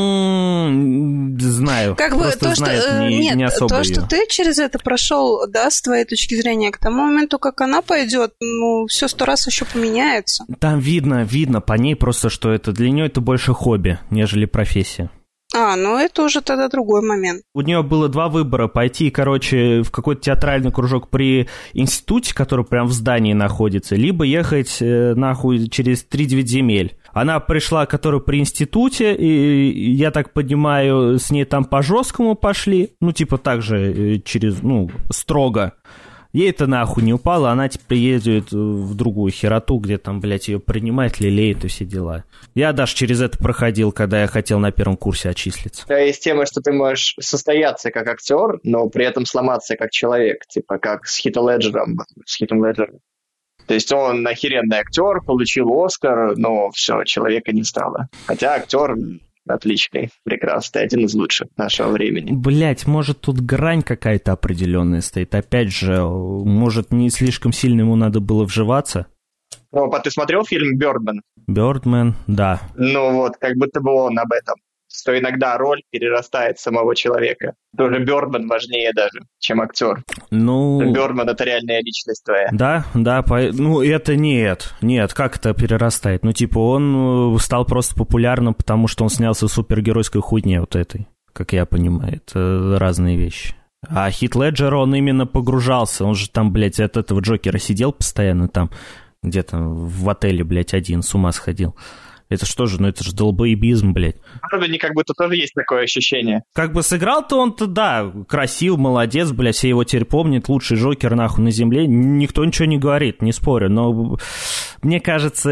Speaker 2: Знаю.
Speaker 1: Просто не особо то, что ты через это прошел, да, с твоей точки зрения, к тому моменту, как она пойдет, все 100 раз еще поменяется.
Speaker 2: Там видно по ней просто, что это для нее это больше хобби, нежели профессия.
Speaker 1: Это уже тогда другой момент.
Speaker 2: У нее было 2 выбора. Пойти, в какой-то театральный кружок при институте, который прям в здании находится, либо ехать нахуй через 3-9 земель. Она пришла, которая при институте, и, я так понимаю, с ней там по-жесткому пошли. Так же через, строго. Ей это нахуй не упало, она теперь едет в другую хероту, где там, блядь, ее принимают, лелеют и все дела. Я даже через это проходил, когда я хотел на 1 курсе отчислиться.
Speaker 4: Есть тема, что ты можешь состояться как актер, но при этом сломаться как человек, как с Хитом Леджером. То есть он охеренный актер, получил Оскар, но все, человека не стало. Хотя актер... Отличный, прекрасный, один из лучших нашего времени.
Speaker 2: Блять, может, тут грань какая-то определенная стоит. Опять же, может, не слишком сильно ему надо было вживаться?
Speaker 4: Ты смотрел фильм «Бёрдман»?
Speaker 2: «Бёрдман», да.
Speaker 4: Как будто бы он об этом. Что иногда роль перерастает самого человека. Тоже Бёрдман важнее даже, чем актер. Бёрдман — это реальная личность твоя.
Speaker 2: Да, это нет. Нет, как это перерастает? Он стал просто популярным, потому что он снялся в супергеройской хуйне вот этой, как я понимаю. Это разные вещи. А Хит Леджер, он именно погружался. Он же там, блядь, от этого Джокера сидел постоянно там, где-то в отеле, блядь, один, с ума сходил. Это что же, это же долбоебизм, блядь.
Speaker 4: Правда, как будто тоже есть такое ощущение.
Speaker 2: Сыграл-то он-то, да, красив, молодец, блядь, все его теперь помнят, лучший Джокер, нахуй, на земле. Никто ничего не говорит, не спорю, но мне кажется,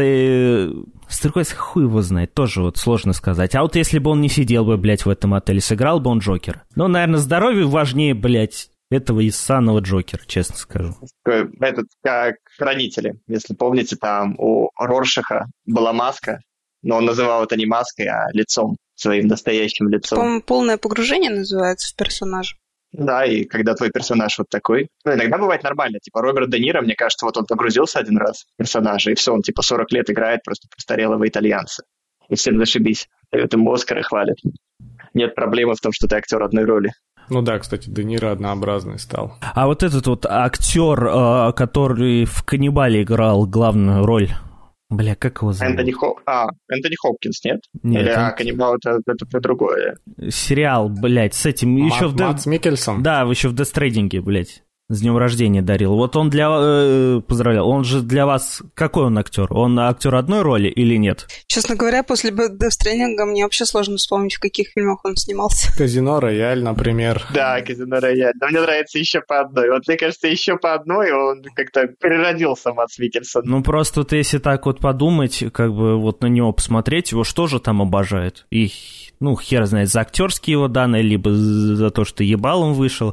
Speaker 2: с другой стороны, хуй его знает, тоже вот сложно сказать. А вот если бы он не сидел бы, блядь, в этом отеле, сыграл бы он Джокера. Ну, наверное, здоровье важнее, блядь, этого иссанного Джокера, честно скажу.
Speaker 4: Этот, как хранители. Если помните, там у Роршаха была маска, но он называл это не маской, а лицом, своим настоящим лицом.
Speaker 1: По-моему, полное погружение называется в персонажа.
Speaker 4: Да, и когда твой персонаж вот такой. Ну, иногда бывает нормально. Типа Роберт Де Ниро, мне кажется, вот он погрузился один раз в персонажа, и все, он типа 40 лет играет просто престарелого итальянца. И всем зашибись. Дают ему Оскар и хвалят. Нет проблемы в том, что ты актер одной роли.
Speaker 3: Ну да, кстати, Де Ниро однообразный стал.
Speaker 2: А вот этот вот актер, который в «Каннибале» играл главную роль, бля, как его зовут?
Speaker 4: Энтони Хопкинс, нет?
Speaker 2: Нет.
Speaker 4: Или «Каннибал» это другое.
Speaker 2: Сериал, блядь, с этим еще
Speaker 3: Мадс Миккельсон?
Speaker 2: Да, еще в Death Stranding, блядь. С днем рождения дарил. Вот он поздравлял. Он же для вас... Какой он актер? Он актер одной роли или нет?
Speaker 1: Честно говоря, после Death Stranding мне вообще сложно вспомнить, в каких фильмах он снимался.
Speaker 3: «Казино Рояль», например.
Speaker 4: Да, «Казино Рояль». Но мне нравится еще по одной. Вот мне кажется, еще по одной он как-то переродился, Мадс Миккельсон.
Speaker 2: Ну, просто вот если так вот подумать, как бы вот на него посмотреть, его что же там обожают? И, ну, хер знает, за актерские его данные, либо за то, что ебалом вышел.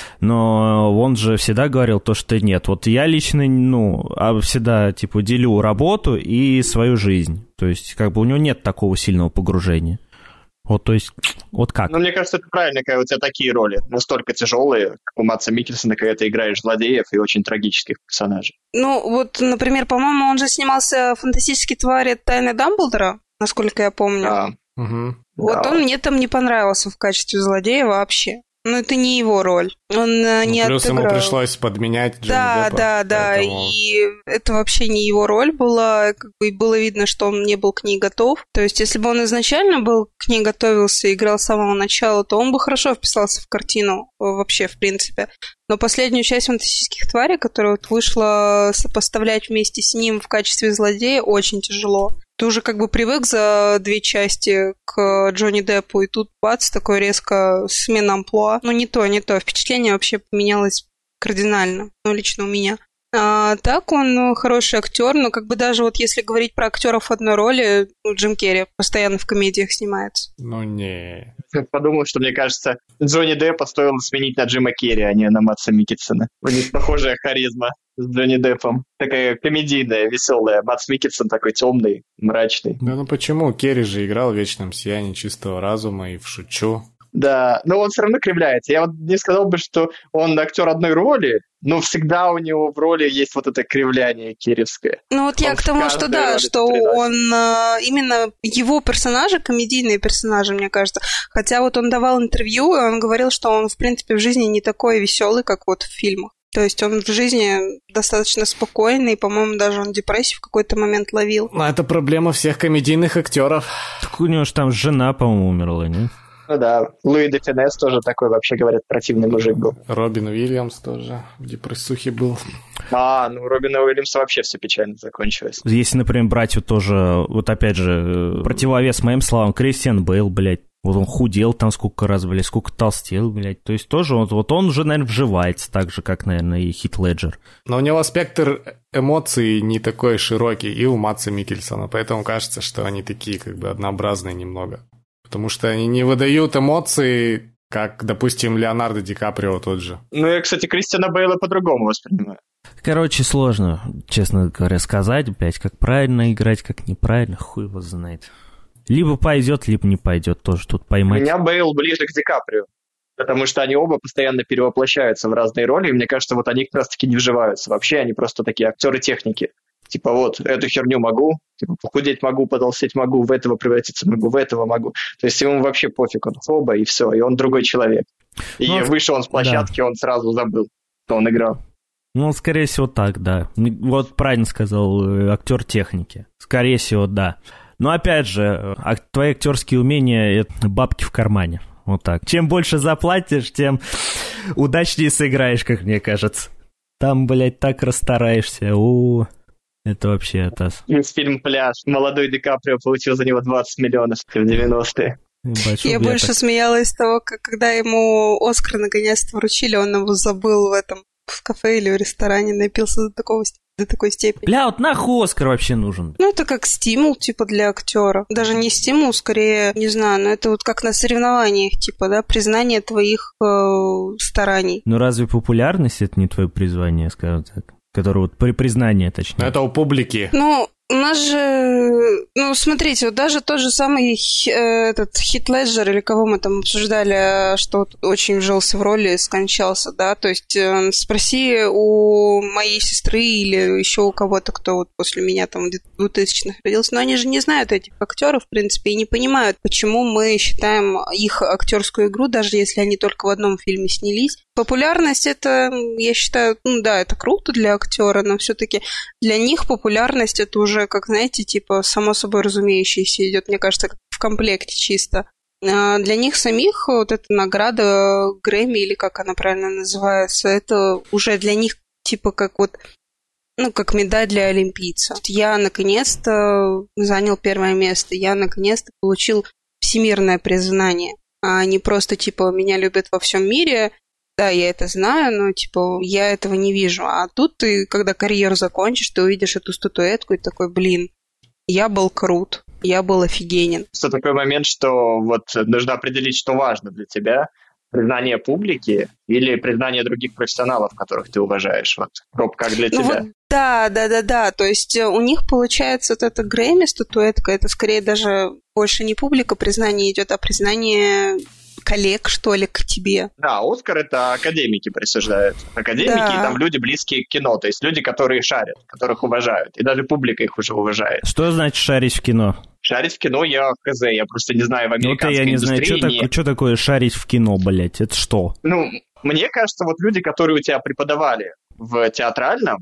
Speaker 2: Но он же всегда говорил то, что нет. Вот я лично, всегда, типа, делю работу и свою жизнь. То есть, как бы у него нет такого сильного погружения. Вот, то есть, вот как?
Speaker 4: Ну, мне кажется, это правильно, когда у тебя такие роли настолько тяжелые, как у Мадса Миккельсона, когда ты играешь злодеев и очень трагических персонажей.
Speaker 1: Ну, вот, например, по-моему, он же снимался в «Фантастические твари. Тайны Дамблдора», насколько я помню.
Speaker 4: Да.
Speaker 3: Угу.
Speaker 1: Вот
Speaker 4: Да.
Speaker 1: он мне там не понравился в качестве злодея вообще. Ну, это не его роль. Он не
Speaker 3: плюс
Speaker 1: отыграл.
Speaker 3: ему пришлось подменять Джонни Деппа.
Speaker 1: Да.
Speaker 3: Поэтому...
Speaker 1: И это вообще не его роль была. Как бы было видно, что он не был к ней готов. То есть, если бы он изначально был к ней готовился и играл с самого начала, то он бы хорошо вписался в картину вообще, в принципе. Но последнюю часть «Фантастических тварей», которая вот вышла, сопоставлять вместе с ним в качестве злодея очень тяжело. Ты уже как бы привык за 2 части к Джонни Деппу, и тут бац, такой резко смена амплуа. Ну, не то. Впечатление вообще поменялось кардинально. Ну, лично у меня. А так он хороший актер, но как бы даже вот если говорить про актеров одной роли, Джим Керри постоянно в комедиях снимается.
Speaker 3: Ну, не...
Speaker 4: Я подумал, что, мне кажется, Джонни Деппа стоило сменить на Джима Керри, а не на Мадса Миккельсона. У них похожая харизма с Джонни Деппом. Такая комедийная, веселая. Мадс Миккельсон такой темный, мрачный.
Speaker 3: Да ну почему? Керри же играл в «Вечном сиянии чистого разума» и в «Шучу».
Speaker 4: Да, но он все равно кривляется. Я вот не сказал бы, что он актер одной роли, но всегда у него в роли есть вот это кривляние киревское.
Speaker 1: Ну вот я к тому, что да, что он именно его персонажи, комедийные персонажи, мне кажется. Хотя вот он давал интервью, и он говорил, что он, в принципе, в жизни не такой веселый, как вот в фильмах. То есть он в жизни достаточно спокойный, по-моему, даже он депрессию в какой-то момент ловил.
Speaker 3: Ну, это проблема всех комедийных актеров.
Speaker 2: Так у него же там жена, по-моему, умерла, не?
Speaker 4: Ну да, Луи де Финес тоже такой, вообще говорят, противный мужик был.
Speaker 3: Робин Уильямс тоже в депрессухе был.
Speaker 4: Ну Робина Уильямса вообще все печально закончилось.
Speaker 2: Если, например, брать вот тоже, вот опять же, противовес моим словам, Кристиан Бейл, блядь, вот он худел там сколько раз, блядь, сколько толстел, блядь. То есть тоже вот он уже, наверное, вживается так же, как, наверное, и Хит Леджер.
Speaker 3: Но у него спектр эмоций не такой широкий, и у Мадса Миккельсона, поэтому кажется, что они такие как бы однообразные немного. Потому что они не выдают эмоции, как, допустим, Леонардо Ди Каприо тот же.
Speaker 4: Ну, я, кстати, Кристиана Бейла по-другому воспринимаю.
Speaker 2: Короче, сложно, честно говоря, сказать, блядь, как правильно играть, как неправильно, хуй его знает. Либо пойдет, либо не пойдет, тоже тут поймать.
Speaker 4: У меня Бейл ближе к Ди Каприо, потому что они оба постоянно перевоплощаются в разные роли, и мне кажется, вот они как раз-таки не вживаются. Вообще они просто такие актеры техники. Типа вот, эту херню могу, типа похудеть могу, потолстеть могу, в этого превратиться могу, в этого могу. То есть ему вообще пофиг, он хоба, и все, и он другой человек. И вышел он с площадки, да. Он сразу забыл, что он играл.
Speaker 2: Ну, скорее всего, так, да. Вот правильно сказал актер техники. Скорее всего, да. Но опять же, твои актерские умения — это бабки в кармане. Вот так. Чем больше заплатишь, тем удачнее сыграешь, как мне кажется. Там, блядь, так расстараешься. Это вообще атас.
Speaker 4: Фильм «Пляж». Молодой Ди Каприо получил за него 20 миллионов в 90-е.
Speaker 1: Я больше смеялась с того, когда ему Оскар наконец-то вручили, он его забыл в кафе или в ресторане, напился до такого степени. до такой степени.
Speaker 2: Бля, вот нахуй Оскар вообще нужен?
Speaker 1: Ну, это как стимул, типа, для актера. Даже не стимул, скорее, не знаю, но это вот как на соревнованиях, типа, да, признание твоих стараний.
Speaker 2: Ну, разве популярность это не твое призвание, скажем так? Которое вот признание, точнее.
Speaker 3: Это у публики.
Speaker 1: Ну, у нас же, ну, смотрите, вот даже тот же самый этот Хит Леджер, или кого мы там обсуждали, что очень вжился в роли и скончался, да, то есть спроси у моей сестры или еще у кого-то, кто вот после меня там в 2000-х родился, но они же не знают этих актеров, в принципе, и не понимают, почему мы считаем их актерскую игру, даже если они только в одном фильме снялись. Популярность это, я считаю, ну да, это круто для актера, но все-таки для них популярность это уже, как знаете, типа само собой разумеющееся идет, мне кажется, как в комплекте чисто. А для них самих вот эта награда Грэмми, или как она правильно называется, это уже для них типа как вот, ну, как медаль для олимпийца. Я наконец-то занял первое место, я наконец-то получил всемирное признание, а не просто типа меня любят во всем мире. Да, я это знаю, но, типа, я этого не вижу. А тут ты, когда карьеру закончишь, ты увидишь эту статуэтку и такой, блин, я был крут, я был офигенен.
Speaker 4: Что такой момент, что вот нужно определить, что важно для тебя. Признание публики или признание других профессионалов, которых ты уважаешь? Вот, Роб, как для тебя?
Speaker 1: Вот, да. То есть у них получается вот эта Грэмми статуэтка, это скорее даже больше не публика признание идет, а признание коллег, что ли, к тебе.
Speaker 4: Да, Оскар это академики присуждают. Академики,
Speaker 1: да.
Speaker 4: И там люди, близкие к кино, то есть люди, которые шарят, которых уважают, и даже публика их уже уважает.
Speaker 2: Что значит шарить в кино?
Speaker 4: Шарить в кино я хз, я просто не знаю в американской индустрии.
Speaker 2: Я не знаю, что такое шарить в кино, блять, это что?
Speaker 4: Ну, мне кажется, вот люди, которые у тебя преподавали в театральном,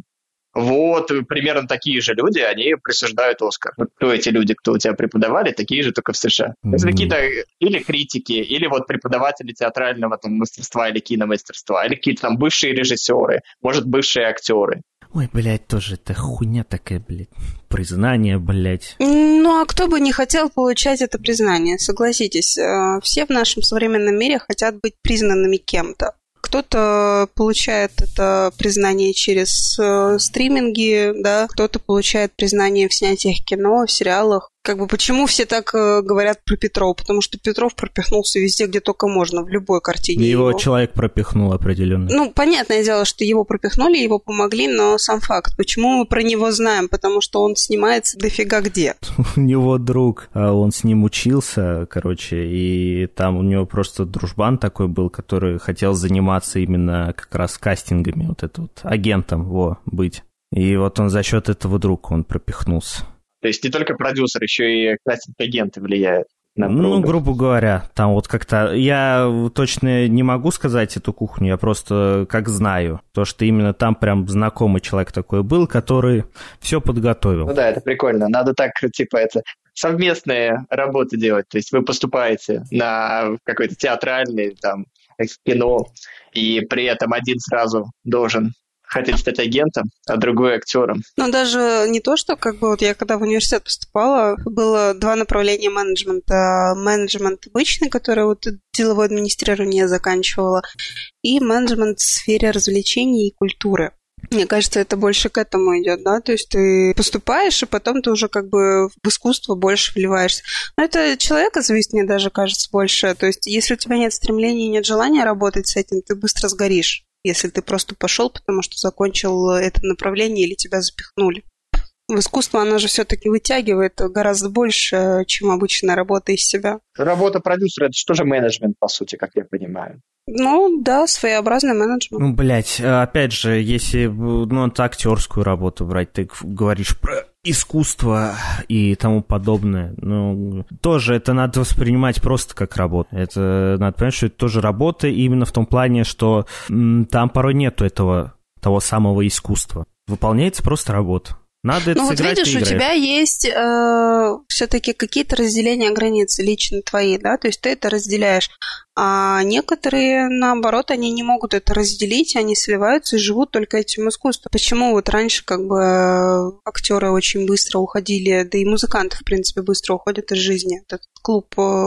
Speaker 4: вот примерно такие же люди, они присуждают Оскар. Вот кто эти люди, кто у тебя преподавали, такие же только в США. Это какие-то или критики, или вот преподаватели театрального там мастерства или киномастерства, или какие-то там бывшие режиссеры, может, бывшие актеры.
Speaker 2: Ой, блядь, тоже это хуйня такая, блядь. Признание, блядь.
Speaker 1: Ну, а кто бы не хотел получать это признание, согласитесь. Все в нашем современном мире хотят быть признанными кем-то. Кто-то получает это признание через стриминги, да, кто-то получает признание в снятиях кино, в сериалах. Как бы почему все так говорят про Петрова? Потому что Петров пропихнулся везде, где только можно, в любой картине.
Speaker 2: Его человек пропихнул определенно.
Speaker 1: Ну, понятное дело, что его пропихнули, его помогли, но сам факт. Почему мы про него знаем? Потому что он снимается дофига где.
Speaker 2: У него друг, он с ним учился, короче, и там у него просто дружбан такой был, который хотел заниматься именно как раз кастингами, вот это вот, агентом, быть. И вот он за счет этого друга он пропихнулся.
Speaker 4: То есть не только продюсер, еще и кастинг-агенты влияют на пробы.
Speaker 2: Ну, грубо говоря, там вот как-то... Я точно не могу сказать эту кухню, я просто как знаю. То, что именно там прям знакомый человек такой был, который все подготовил.
Speaker 4: Ну да, это прикольно. Надо так, типа, это совместные работы делать. То есть вы поступаете на какой-то театральный, там, кино, и при этом один сразу должен... хотеть стать агентом, а другой актером.
Speaker 1: Ну, даже не то, что как бы вот я когда в университет поступала, было два направления менеджмента. Менеджмент обычный, который вот деловое администрирование заканчивала, и менеджмент в сфере развлечений и культуры. Мне кажется, это больше к этому идет, да, то есть ты поступаешь, и потом ты уже как бы в искусство больше вливаешься. Но это от человека зависит, мне даже кажется, больше. То есть если у тебя нет стремления и нет желания работать с этим, ты быстро сгоришь. Если ты просто пошел, потому что закончил это направление или тебя запихнули. В искусство оно же все-таки вытягивает гораздо больше, чем обычная работа из себя.
Speaker 4: Работа продюсера – это что же менеджмент, по сути, как я понимаю?
Speaker 1: Ну, да, своеобразный менеджмент.
Speaker 2: Ну, блядь, опять же, если это актерскую работу брать, ты говоришь про искусство и тому подобное, ну, тоже это надо воспринимать просто как работу. Это надо понять, что это тоже работа именно в том плане, что там порой нету того самого искусства. Выполняется просто работа. Надо это сыграть,
Speaker 1: вот видишь, у тебя есть все-таки какие-то разделения границ лично твои, да, то есть ты это разделяешь, а некоторые, наоборот, они не могут это разделить, они сливаются и живут только этим искусством. Почему вот раньше как бы актеры очень быстро уходили, да и музыканты, в принципе, быстро уходят из жизни. Этот клуб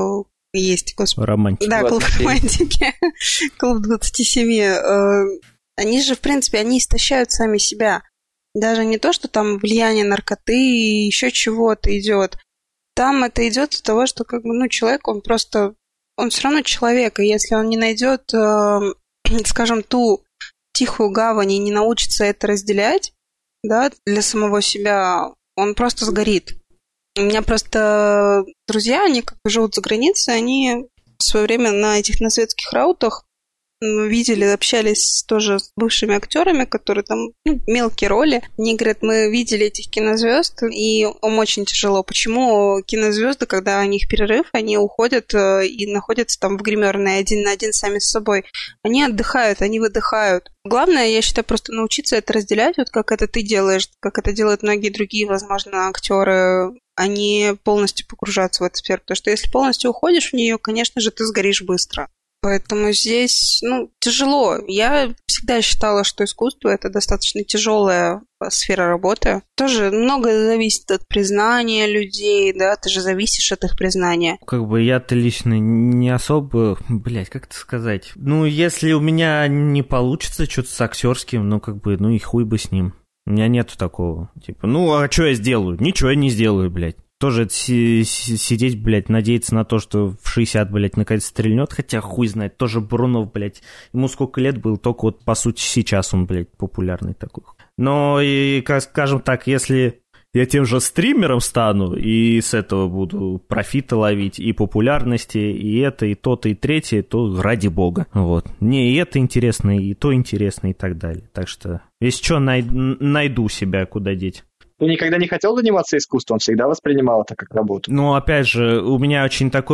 Speaker 1: есть, господи.
Speaker 2: Романтики.
Speaker 1: Да, клуб романтики, клуб 27. Они же, в принципе, они истощают сами себя. Даже не то, что там влияние наркоты и еще чего-то идет. Там это идет от того, что человек, он все равно человек, и если он не найдет, скажем, ту тихую гавань и не научится это разделять, да, для самого себя, он просто сгорит. У меня просто друзья, они живут за границей, они в свое время на светских раутах видели, общались тоже с бывшими актерами, которые там мелкие роли. Они говорят, мы видели этих кинозвезд, и им очень тяжело. Почему кинозвезды, когда у них перерыв, они уходят и находятся там в гримерной один на один сами с собой. Они отдыхают, они выдыхают. Главное, я считаю, просто научиться это разделять, вот как это ты делаешь, как это делают многие другие, возможно, актеры, а не полностью погружаться в эту сферу. Потому что если полностью уходишь в нее, конечно же, ты сгоришь быстро. Поэтому здесь, тяжело. Я всегда считала, что искусство – это достаточно тяжелая сфера работы. Тоже многое зависит от признания людей, да, ты же зависишь от их признания.
Speaker 2: Я-то лично не особо, как это сказать? Если у меня не получится что-то с актерским, и хуй бы с ним. У меня нету такого. А что я сделаю? Ничего я не сделаю, блядь. Тоже сидеть, блядь, надеяться на то, что в 60, блядь, наконец стрельнет, хотя хуй знает, тоже Бурунов, блядь, ему сколько лет было, только по сути сейчас он, блядь, популярный такой. Но, и, скажем так, если я тем же стримером стану, и с этого буду профиты ловить, и популярности, и это, и то-то, и третье, то ради бога. Вот. Мне и это интересно, и то интересно, и так далее. Так что, если что, найду себя, куда деть.
Speaker 4: Ты никогда не хотел заниматься искусством, всегда воспринимал это как работу.
Speaker 2: Опять же, у меня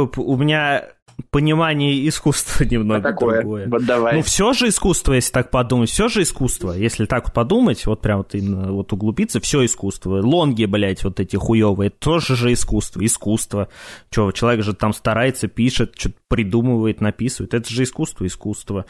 Speaker 2: понимание искусства немного другое.
Speaker 4: Вот давай.
Speaker 2: Все же искусство, если так подумать, все же искусство. Если так вот подумать, вот прям именно углубиться, все искусство. Лонги, блядь, вот эти хуёвые, тоже же искусство. Искусство. Человек же там старается, пишет, что-то придумывает, написывает. Это же искусство.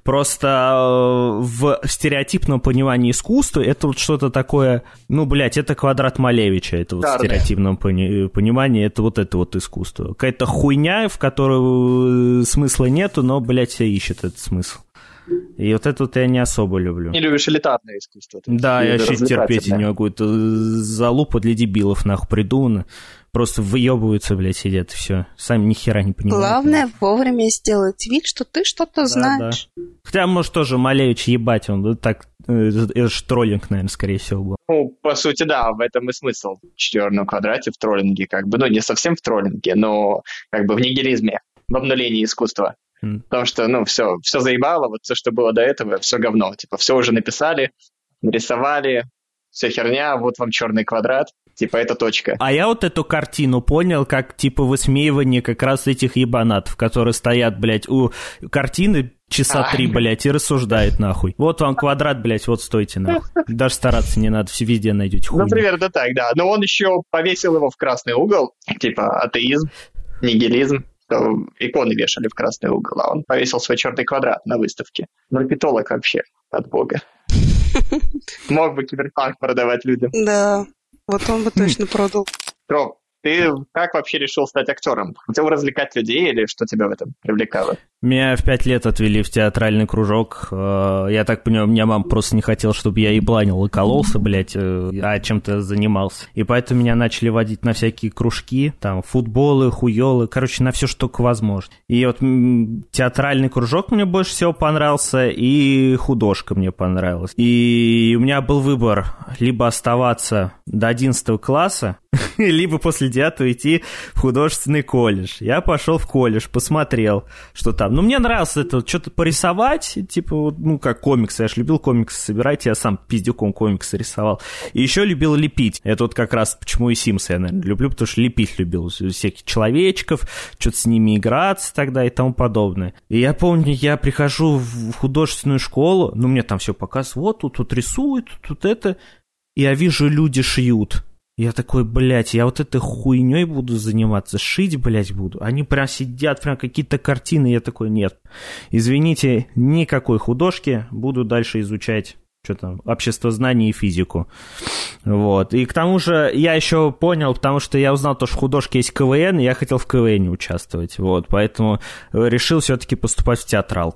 Speaker 2: Просто в стереотипном понимании искусства это вот что-то такое, это квадрат Малевича. Это вот в стереотипном понимании, это вот искусство. Какая-то хуйня, в которую смысла нету, но, блядь, все ищет этот смысл. И вот это вот я не особо люблю.
Speaker 4: Не любишь элитарное искусство?
Speaker 2: Да, я вообще терпеть не могу. Это залупа для дебилов, нахуй, придумано. Просто выебываются, блядь, сидят, и все. Сами ни хера не понимают.
Speaker 1: Главное вовремя сделать вид, что ты что-то знаешь.
Speaker 2: Да. Хотя, может, тоже Малевич ебать, он так... Это же троллинг, наверное, скорее всего был.
Speaker 4: По сути, да, в этом и смысл. В четверном квадрате, в троллинге, не совсем в троллинге, но в нигилизме, в обнулении искусства. Потому что, все заебало, вот все, что было до этого, все говно. Все уже написали, нарисовали, все херня, вот вам черный квадрат. Это точка.
Speaker 2: А я вот эту картину понял, как, высмеивание как раз этих ебанатов, которые стоят, блядь, у картины часа 3, блядь, и рассуждают, нахуй. Вот вам квадрат, блядь, вот стойте, нахуй. Даже стараться не надо, все везде найдете хуйню.
Speaker 4: Примерно так, да. Но он еще повесил его в красный угол, атеизм, нигилизм. Иконы вешали в красный угол, а он повесил свой черный квадрат на выставке. Маркетолог вообще, от бога. Мог бы киберпанк продавать людям.
Speaker 1: Да. Вот он бы точно продал.
Speaker 4: Роб, ты как вообще решил стать актером? Хотел развлекать людей или что тебя в этом привлекало?
Speaker 2: Меня в 5 лет отвели в театральный кружок. Я так понимаю, меня мама просто не хотела, чтобы я ебланил и кололся, блядь, а чем-то занимался. И поэтому меня начали водить на всякие кружки, там, футболы, хуёлы, на все, что только возможно. И вот театральный кружок мне больше всего понравился, и художка мне понравилась. И у меня был выбор либо оставаться до 11 класса, либо после 9 идти в художественный колледж. Я пошел в колледж, посмотрел, что там. Мне нравилось это, что-то порисовать, как комиксы. Я же любил комиксы собирать, я сам пиздюком комиксы рисовал. И еще любил лепить. Это вот как раз почему и Симсы я, наверное, люблю, потому что лепить любил. Всяких человечков, что-то с ними играться тогда и тому подобное. И я помню, я прихожу в художественную школу, мне там все показывают, вот тут рисуют, тут это. И я вижу, люди шьют. Я такой, блядь, я вот этой хуйней буду заниматься, шить, блядь, буду. Они прям сидят, прям какие-то картины. Я такой, нет, извините, никакой художки, буду дальше изучать обществознание и физику. Вот. И к тому же я еще понял, потому что я узнал, что в художке есть КВН, и я хотел в КВН участвовать. Вот. Поэтому решил все-таки поступать в театралку.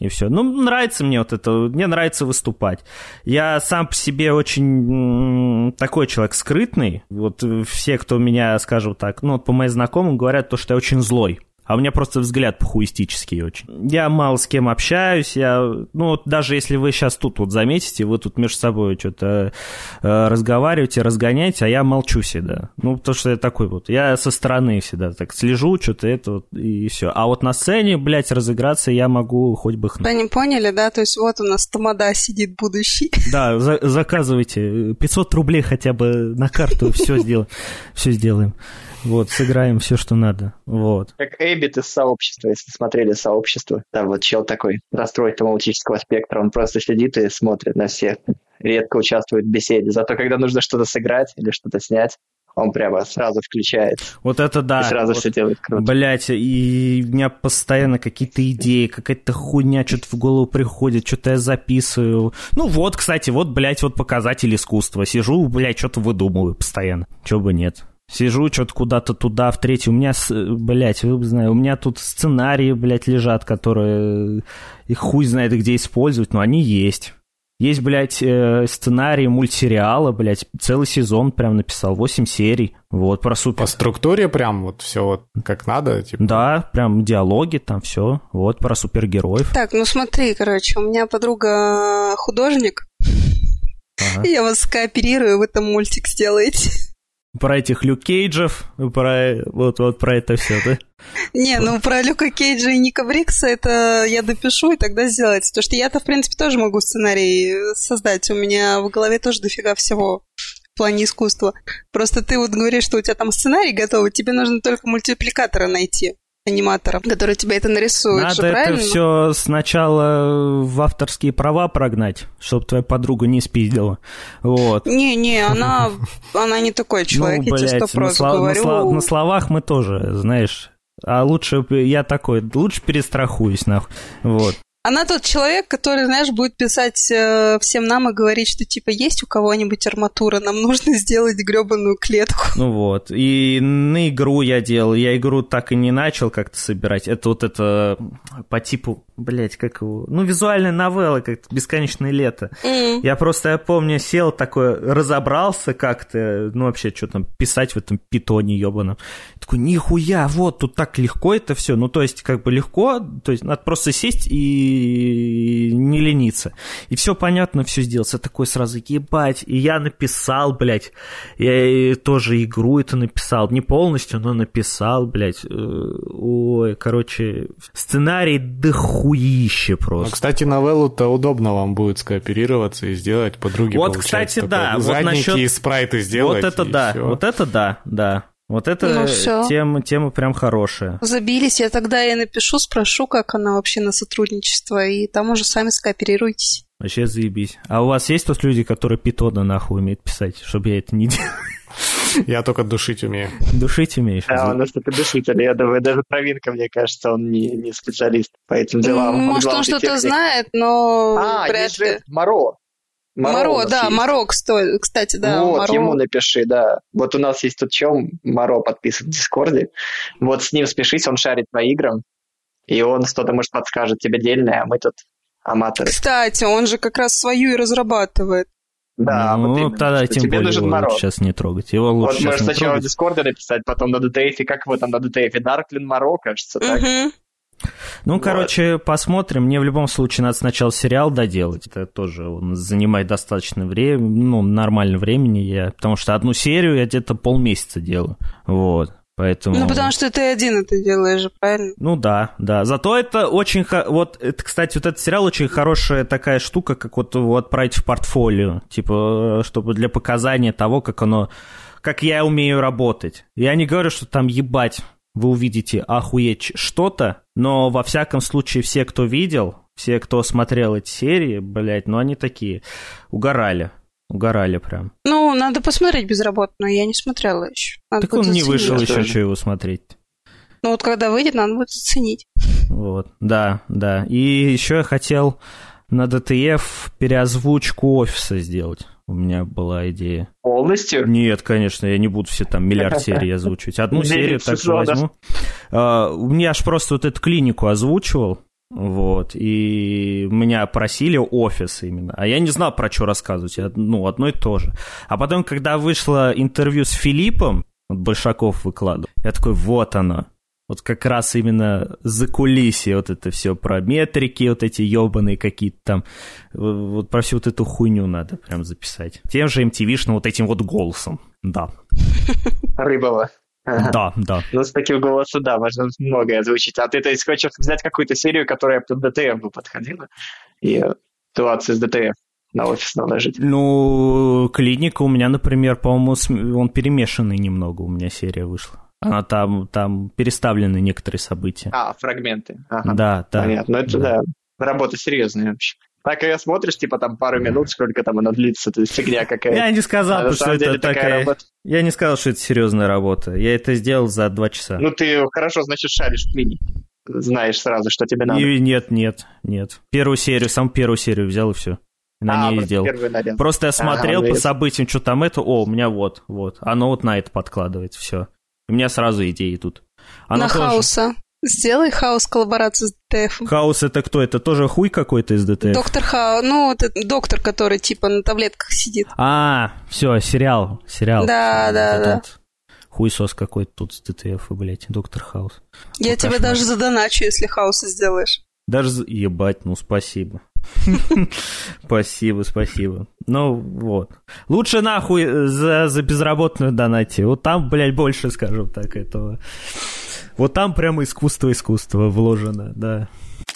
Speaker 2: и все. Ну, нравится мне вот это, мне нравится выступать. Я сам по себе очень такой человек скрытный. Вот все, кто меня, скажем так, ну, вот по моим знакомым говорят, то, что я очень злой. А у меня просто взгляд похуистический очень. Я мало с кем общаюсь, ну, вот даже если вы сейчас тут вот заметите, вы тут между собой что-то разговариваете, разгоняете, а я молчу всегда. Ну, потому что я такой вот, я со стороны всегда так слежу, что-то это вот, и все. А вот на сцене, блядь, разыграться я могу хоть бы хну.
Speaker 1: Да, не поняли, да? То есть вот у нас тамада сидит будущий. Да,
Speaker 2: заказывайте. 500 рублей хотя бы на карту, все сделаем. Вот, сыграем все, что надо. Вот.
Speaker 4: Как Эббит из «Сообщества», если смотрели «Сообщество». Там вот чел такой, расстройство аутического спектра, он просто сидит и смотрит на всех. Редко участвует в беседе. Зато когда нужно что-то сыграть или что-то снять, он прямо сразу включает.
Speaker 2: Вот это да.
Speaker 4: И сразу все делает круто.
Speaker 2: Блять, и у меня постоянно какие-то идеи, какая-то хуйня что-то в голову приходит, что-то я записываю. Ну вот, кстати, вот, блять, вот показатель искусства. Сижу, блять, что-то выдумываю постоянно. Чего бы нет. Сижу что-то куда-то туда, в третий. У меня, блядь, вы знаете, у меня тут сценарии, блядь, лежат, которые их хуй знает где использовать, но они есть. Есть, блядь, сценарий мультсериала, блядь, целый сезон прям написал, 8 серий, вот, про супер.
Speaker 3: По структуре прям вот все вот как надо, типа?
Speaker 2: Да, прям диалоги там, все, вот, про супергероев.
Speaker 1: Так, ну смотри, короче, у меня подруга художник, я вас скооперирую, вы там мультик сделаете.
Speaker 2: Про этих Люк Кейджев, про это все, да?
Speaker 1: Не, ну про Люка Кейджа и Ника Брикса это я допишу и тогда сделается. Потому что я-то, в принципе, тоже могу сценарий создать. У меня в голове тоже дофига всего в плане искусства. Просто ты вот говоришь, что у тебя там сценарий готовый, тебе нужно только мультипликатора найти. Аниматора, который тебе это нарисует.
Speaker 2: Надо
Speaker 1: же, правильно?
Speaker 2: Это все сначала в авторские права прогнать, чтобы твоя подруга не спиздила. Вот.
Speaker 1: Не, она не такой человек,
Speaker 2: ну,
Speaker 1: я тебе 100% говорю.
Speaker 2: На словах мы тоже, знаешь. А лучше я такой, лучше перестрахуюсь, нахуй. Вот.
Speaker 1: Она тот человек, который, знаешь, будет писать всем нам и говорить, что, типа, есть у кого-нибудь арматура, нам нужно сделать гребаную клетку.
Speaker 2: Ну вот, и на игру я делал, я игру так и не начал как-то собирать. Это вот это по типу, блять, как его, ну, визуальная новелла, как «Бесконечное лето». Я помню, сел такой, разобрался как-то, ну, вообще, что там, писать в этом питоне ебаном. Такой, нихуя, вот, тут так легко это все. Ну, то есть, как бы легко, то есть, надо просто сесть и не лениться. И все понятно, все сделать. Я такой сразу, ебать. И я написал, блядь, я тоже игру это написал. Не полностью, но написал, блядь. Ой, короче, сценарий дохуище просто.
Speaker 3: Ну, кстати, новеллу-то удобно вам будет скооперироваться и сделать подруги.
Speaker 2: Вот, кстати, да.
Speaker 3: Вот задники и спрайты сделать.
Speaker 2: Вот это да,
Speaker 3: всё.
Speaker 2: вот это да, да. Вот это тема прям хорошая.
Speaker 1: Забились, я тогда и напишу, спрошу, как она вообще на сотрудничество, и там уже сами скооперируйтесь.
Speaker 2: Вообще заебись. А у вас есть тут люди, которые питона нахуй умеют писать, чтобы я это не делал?
Speaker 3: Я только душить умею.
Speaker 2: Душить умеешь?
Speaker 4: Да, он что-то душитель. Я думаю, даже Провинка, мне кажется, он не специалист по этим делам.
Speaker 1: Может, он что-то знает, но
Speaker 4: вряд ли. Моро,
Speaker 1: да, Моро, кстати, да.
Speaker 4: Вот,
Speaker 1: Моро.
Speaker 4: ему напиши, да. Вот у нас есть тут чем Моро подписан в Дискорде. Вот с ним спешись, он шарит по играм, и он что-то, может, подскажет тебе дельное, а мы тут аматоры.
Speaker 1: Кстати, он же как раз свою и разрабатывает.
Speaker 4: Да,
Speaker 2: ну,
Speaker 4: вот именно,
Speaker 2: тогда тем
Speaker 4: тебе
Speaker 2: более
Speaker 4: нужен
Speaker 2: его
Speaker 4: Моро.
Speaker 2: сейчас не трогать. Его лучше
Speaker 4: вот
Speaker 2: сейчас
Speaker 4: можешь
Speaker 2: не
Speaker 4: сначала
Speaker 2: трогать.
Speaker 4: в Дискорде написать, потом на DTF, как его там на DTF, Дарклин Моро, кажется, так.
Speaker 2: Ну,
Speaker 4: вот.
Speaker 2: короче, посмотрим. Мне в любом случае надо сначала сериал доделать. Это тоже он занимает достаточно времени, ну, нормально времени. Потому что одну серию я где-то полмесяца делаю. Вот. Поэтому...
Speaker 1: Ну, потому что ты один это делаешь же, правильно?
Speaker 2: Ну да, да. Зато это очень... Вот, это, кстати, вот этот сериал очень хорошая такая штука, как вот его отправить в портфолио. Типа, чтобы для показания того, как я умею работать. Я не говорю, что там ебать, вы увидите охуеть что-то, но во всяком случае все, кто видел, все, кто смотрел эти серии, блядь, ну они такие угорали прям.
Speaker 1: Ну, надо посмотреть «Безработную», я не смотрела еще. Надо
Speaker 2: так он не вышел еще,
Speaker 4: тоже.
Speaker 2: что его смотреть?
Speaker 1: Ну, вот когда выйдет, надо будет оценить.
Speaker 2: Вот, да. И еще я хотел на DTF переозвучку «Офиса» сделать. У меня была идея.
Speaker 4: Полностью?
Speaker 2: Нет, конечно, я не буду все там миллиард серий озвучивать. Одну серию так же возьму. У меня аж просто вот эту клинику озвучивал. Вот, и меня просили «Офис» именно, а я не знал, про что рассказывать, одно и то же. А потом, когда вышло интервью с Филиппом, вот Большаков выкладывал, я такой, вот оно. Вот как раз именно закулисье, вот это все про метрики, вот эти ебаные какие-то там, вот про всю вот эту хуйню надо прям записать. Тем же MTV-шным вот этим вот голосом, да.
Speaker 4: Рыбова.
Speaker 2: Да.
Speaker 4: Ну, с таким голосом, да, можно многое озвучить. А ты, то есть, хочешь взять какую-то серию, которая под ДТФ бы подходила, и ситуацию с ДТФ на офис наложить?
Speaker 2: Ну, «Клиника» у меня, например, по-моему, он перемешанный немного, у меня серия вышла. Она там переставлены некоторые события.
Speaker 4: Фрагменты. Ага.
Speaker 2: Да.
Speaker 4: Понятно. Ну, это, да, работа серьезная вообще. Так ее смотришь, типа, там, пару минут, сколько там она длится, то есть фигня какая-то.
Speaker 2: Я не сказал, что это такая работа. Я не сказал, что это серьезная работа. Я это сделал за 2 часа.
Speaker 4: Ну, ты хорошо, значит, шаришь в клинике. Знаешь сразу, что тебе надо.
Speaker 2: Нет. Саму первую серию взял и все. На ней сделал. Просто я смотрел по событиям, что там у меня вот. Оно вот на это подкладывает, все. У меня сразу идеи тут.
Speaker 1: На Хауса. Сделай Хаус коллаборацию с ДТФ.
Speaker 2: Хаус это кто? Это тоже хуй какой-то из ДТФ?
Speaker 1: Доктор Хаус. Ну, это доктор, который типа на таблетках сидит.
Speaker 2: Все, сериал.
Speaker 1: Да.
Speaker 2: Хуйсос какой-то тут с ДТФ, блядь, Доктор Хаус.
Speaker 1: Я тебе даже задоначу, если Хауса сделаешь.
Speaker 2: Ебать, спасибо. Спасибо. Ну, вот. Лучше нахуй за безработную донати. Вот там, блядь, больше, скажем так, этого. Вот там прямо искусство вложено, да.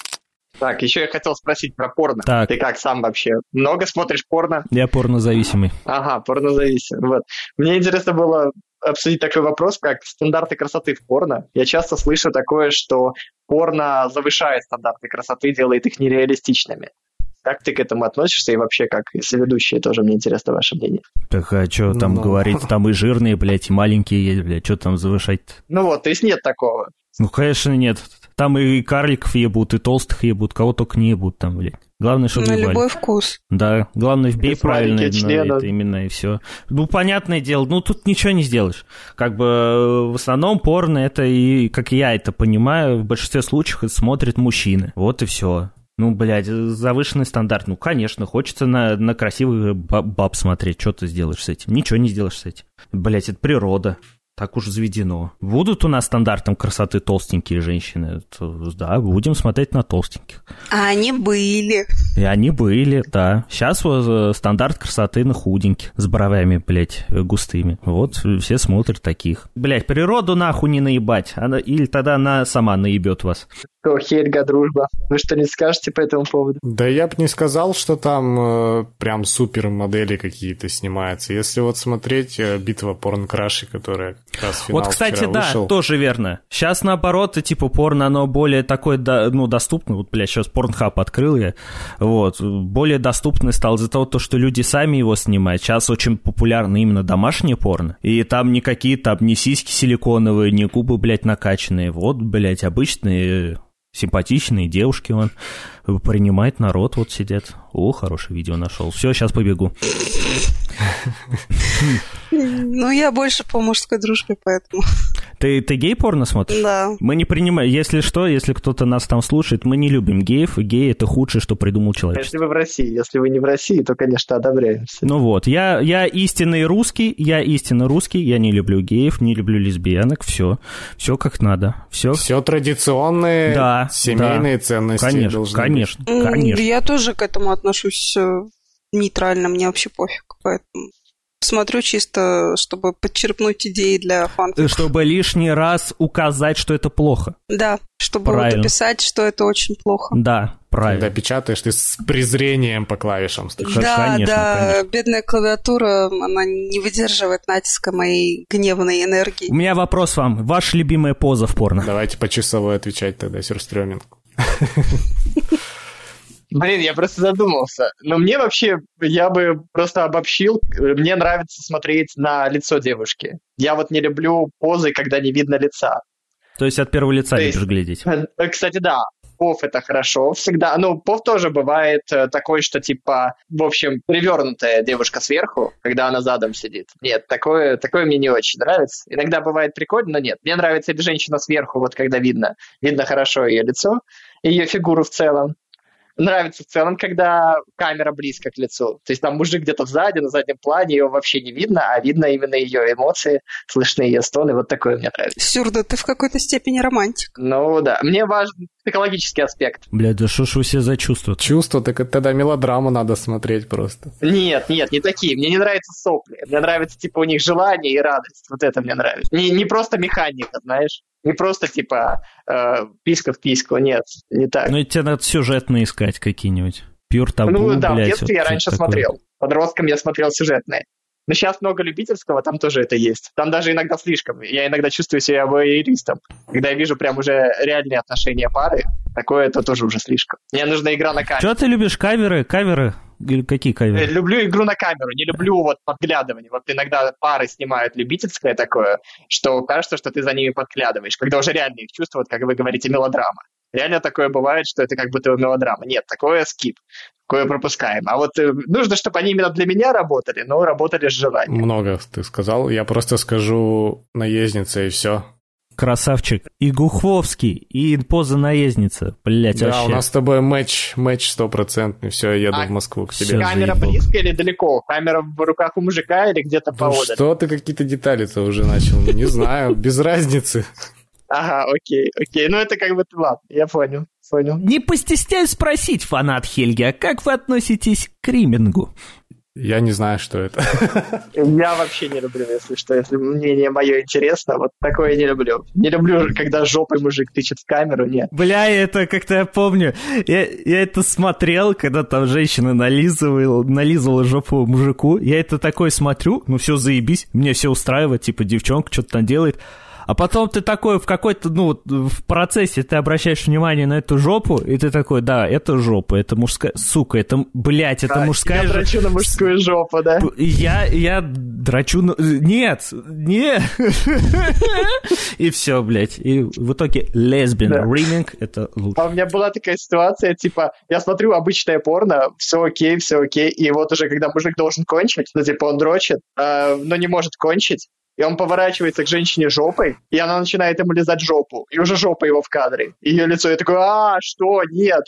Speaker 4: Так, еще я хотел спросить про порно.
Speaker 2: Так.
Speaker 4: Ты как сам вообще? Много смотришь порно?
Speaker 2: Я порнозависимый.
Speaker 4: Ага, порнозависимый. Вот. Мне интересно было обсудить такой вопрос, как стандарты красоты в порно. Я часто слышу такое, что порно завышает стандарты красоты, делает их нереалистичными. Как ты к этому относишься? И вообще, как соведущие, тоже мне интересно ваше мнение.
Speaker 2: Так, а что там говорить? Там и жирные, блядь, и маленькие есть, блядь. Что там завышать-то?
Speaker 4: Ну вот, то есть нет такого.
Speaker 2: Ну, конечно, нет. Там и карликов ебут, и толстых ебут, кого только не ебут там, блядь. Главное, чтобы ебали.
Speaker 1: На любой вкус.
Speaker 2: Да, главное, вбей правильно,
Speaker 4: это
Speaker 2: именно, и все. Ну, понятное дело, тут ничего не сделаешь. Как бы в основном порно это, и как я это понимаю, в большинстве случаев это смотрят мужчины. Вот и все. Ну, блядь, завышенный стандарт. Ну, конечно, хочется на красивых баб смотреть. Что ты сделаешь с этим? Ничего не сделаешь с этим. Блядь, это природа. Так уж заведено. Будут у нас стандартом красоты толстенькие женщины? То, да, будем смотреть на толстеньких.
Speaker 1: А они были.
Speaker 2: И они были, да. Сейчас вот стандарт красоты на худеньких, с бровями, блядь, густыми. Вот все смотрят таких. Блядь, природу нахуй не наебать. Или тогда она сама наебет вас.
Speaker 4: Хельга, дружба. Вы что не скажете по этому поводу?
Speaker 3: Да я бы не сказал, что там прям супер модели какие-то снимаются. Если вот смотреть «Битва порнкрашей», которая как раз финал
Speaker 2: вот, кстати,
Speaker 3: вчера вышел.
Speaker 2: Да, тоже верно. Сейчас, наоборот, типа порно, оно более такое, доступно. Вот, блядь, сейчас Порнхаб открыл я. Вот. Более доступно стало из-за того, что люди сами его снимают. Сейчас очень популярно именно домашнее порно. И там никакие там ни сиськи силиконовые, ни губы, блядь, накачанные. Вот, блядь, обычные... Симпатичные девушки, он принимает народ, вот сидят. О, хорошее видео нашел. Все, сейчас побегу.
Speaker 1: Ну, я больше по мужской дружбе, поэтому...
Speaker 2: Ты гей-порно смотришь?
Speaker 1: Да.
Speaker 2: Мы не принимаем, если что, если кто-то нас там слушает, мы не любим геев, и геи — это худшее, что придумал человечество.
Speaker 4: Если вы в России, если вы не в России, то, конечно, одобряем.
Speaker 2: Ну вот, я истинный русский, я не люблю геев, не люблю лесбиянок, все как надо, все
Speaker 3: традиционные,
Speaker 2: да,
Speaker 3: семейные ценности
Speaker 2: конечно,
Speaker 3: должны
Speaker 2: конечно,
Speaker 3: быть.
Speaker 2: конечно.
Speaker 1: Я тоже к этому отношусь нейтрально, мне вообще пофиг, поэтому... Смотрю чисто, чтобы подчерпнуть идеи для фанфиков.
Speaker 2: Чтобы лишний раз указать, что это плохо.
Speaker 1: Да, чтобы вот описать, что это очень плохо.
Speaker 2: Да, правильно.
Speaker 3: Когда печатаешь, ты с презрением по клавишам стучишь.
Speaker 1: Да,
Speaker 2: конечно.
Speaker 1: Бедная клавиатура, она не выдерживает натиска моей гневной энергии.
Speaker 2: У меня вопрос вам. Ваша любимая поза в порно?
Speaker 3: Давайте по часовой отвечать тогда, Сюрстрёминг.
Speaker 4: Блин, я просто задумался. Но мне вообще, я бы просто обобщил, мне нравится смотреть на лицо девушки. Я вот не люблю позы, когда не видно лица.
Speaker 2: То есть от первого лица любишь глядеть?
Speaker 4: Кстати, да. Пов это хорошо всегда. Ну, пов тоже бывает такой, что типа, в общем, перевернутая девушка сверху, когда она задом сидит. Нет, такое мне не очень нравится. Иногда бывает прикольно, но нет. Мне нравится эта женщина сверху, вот когда видно хорошо ее лицо. ее фигуру в целом. Нравится в целом, когда камера близко к лицу. То есть там мужик где-то сзади, на заднем плане, ее вообще не видно, а видно именно ее эмоции, слышны ее стоны. Вот такое мне нравится.
Speaker 1: Сюрда, ты в какой-то степени романтик.
Speaker 4: Ну да, мне важен психологический аспект.
Speaker 2: Бля, да что ж вы все за чувства?
Speaker 3: Чувство, так это тогда мелодраму надо смотреть просто.
Speaker 4: Нет, не такие. Мне не нравятся сопли. Мне нравится, типа, у них желание и радость. Вот это мне нравится. Не просто механика, знаешь. Не просто, типа, писька в письку. Нет, не так.
Speaker 2: Ну, тебе надо сюжетные искать какие-нибудь. Пюр табу,
Speaker 4: Ну да,
Speaker 2: блядь,
Speaker 4: в детстве
Speaker 2: вот
Speaker 4: я раньше
Speaker 2: такое.
Speaker 4: смотрел. Подростком я смотрел сюжетные. Но сейчас много любительского, там тоже это есть. Там даже иногда слишком. Я иногда чувствую себя воэристом. Когда я вижу прям уже реальные отношения пары, такое это тоже уже слишком. Мне нужна игра на камеру.
Speaker 2: Что ты любишь? Каверы? Каверы? Или какие каверы?
Speaker 4: Люблю игру на камеру, не люблю вот подглядывание. Вот иногда пары снимают любительское такое, что кажется, что ты за ними подглядываешь, когда уже реально их чувствуют, как вы говорите, мелодрама. Реально такое бывает, что это как будто мелодрама. Нет, такое скип, такое пропускаем. А вот нужно, чтобы они именно для меня работали, но работали с желанием.
Speaker 3: Много ты сказал, я просто скажу наездница и все.
Speaker 2: Красавчик. И Гуховский, и поза наездница. Блять,
Speaker 3: Да,
Speaker 2: вообще.
Speaker 3: у нас с тобой матч 100%. Все, я еду
Speaker 4: А
Speaker 3: в Москву к
Speaker 2: всё.
Speaker 3: тебе.
Speaker 4: Камера
Speaker 2: заебал.
Speaker 4: близко или далеко? Камера в руках у мужика или где-то
Speaker 3: Ну
Speaker 4: поодаль?
Speaker 3: что ты какие-то детали-то уже начал? Не знаю, без разницы.
Speaker 4: Ага, окей. Ну это как бы, ладно, я понял.
Speaker 2: Не постесняюсь спросить, фанат Хельги, а как вы относитесь к римингу?
Speaker 3: Я не знаю, что это.
Speaker 4: Я вообще не люблю, если что, если мнение мое интересно, вот такое я не люблю. Не люблю, когда жопой мужик тычет в камеру, нет.
Speaker 2: Бля, это как-то я помню, я это смотрел, когда там женщина нализывала жопу мужику, я это такой смотрю, ну все заебись, мне все устраивает, типа девчонка что-то там делает. А потом ты такой в какой-то, ну, в процессе ты обращаешь внимание на эту жопу, и ты такой, да, это жопа, это мужская, сука, это, блядь, это мужская
Speaker 4: Я
Speaker 2: жопа.
Speaker 4: дрочу на мужскую жопу, да?
Speaker 2: Я дрочу на... Нет! И все, блядь. И в итоге лесбиян
Speaker 4: Да.
Speaker 2: риминг — это лучше.
Speaker 4: А у меня была такая ситуация, типа, я смотрю обычное порно, все окей, и вот уже когда мужик должен кончить, ну, типа, он дрочит, но не может кончить, и он поворачивается к женщине жопой, и она начинает ему лизать жопу, и уже жопа его в кадре. Ее лицо, я такой, что, нет,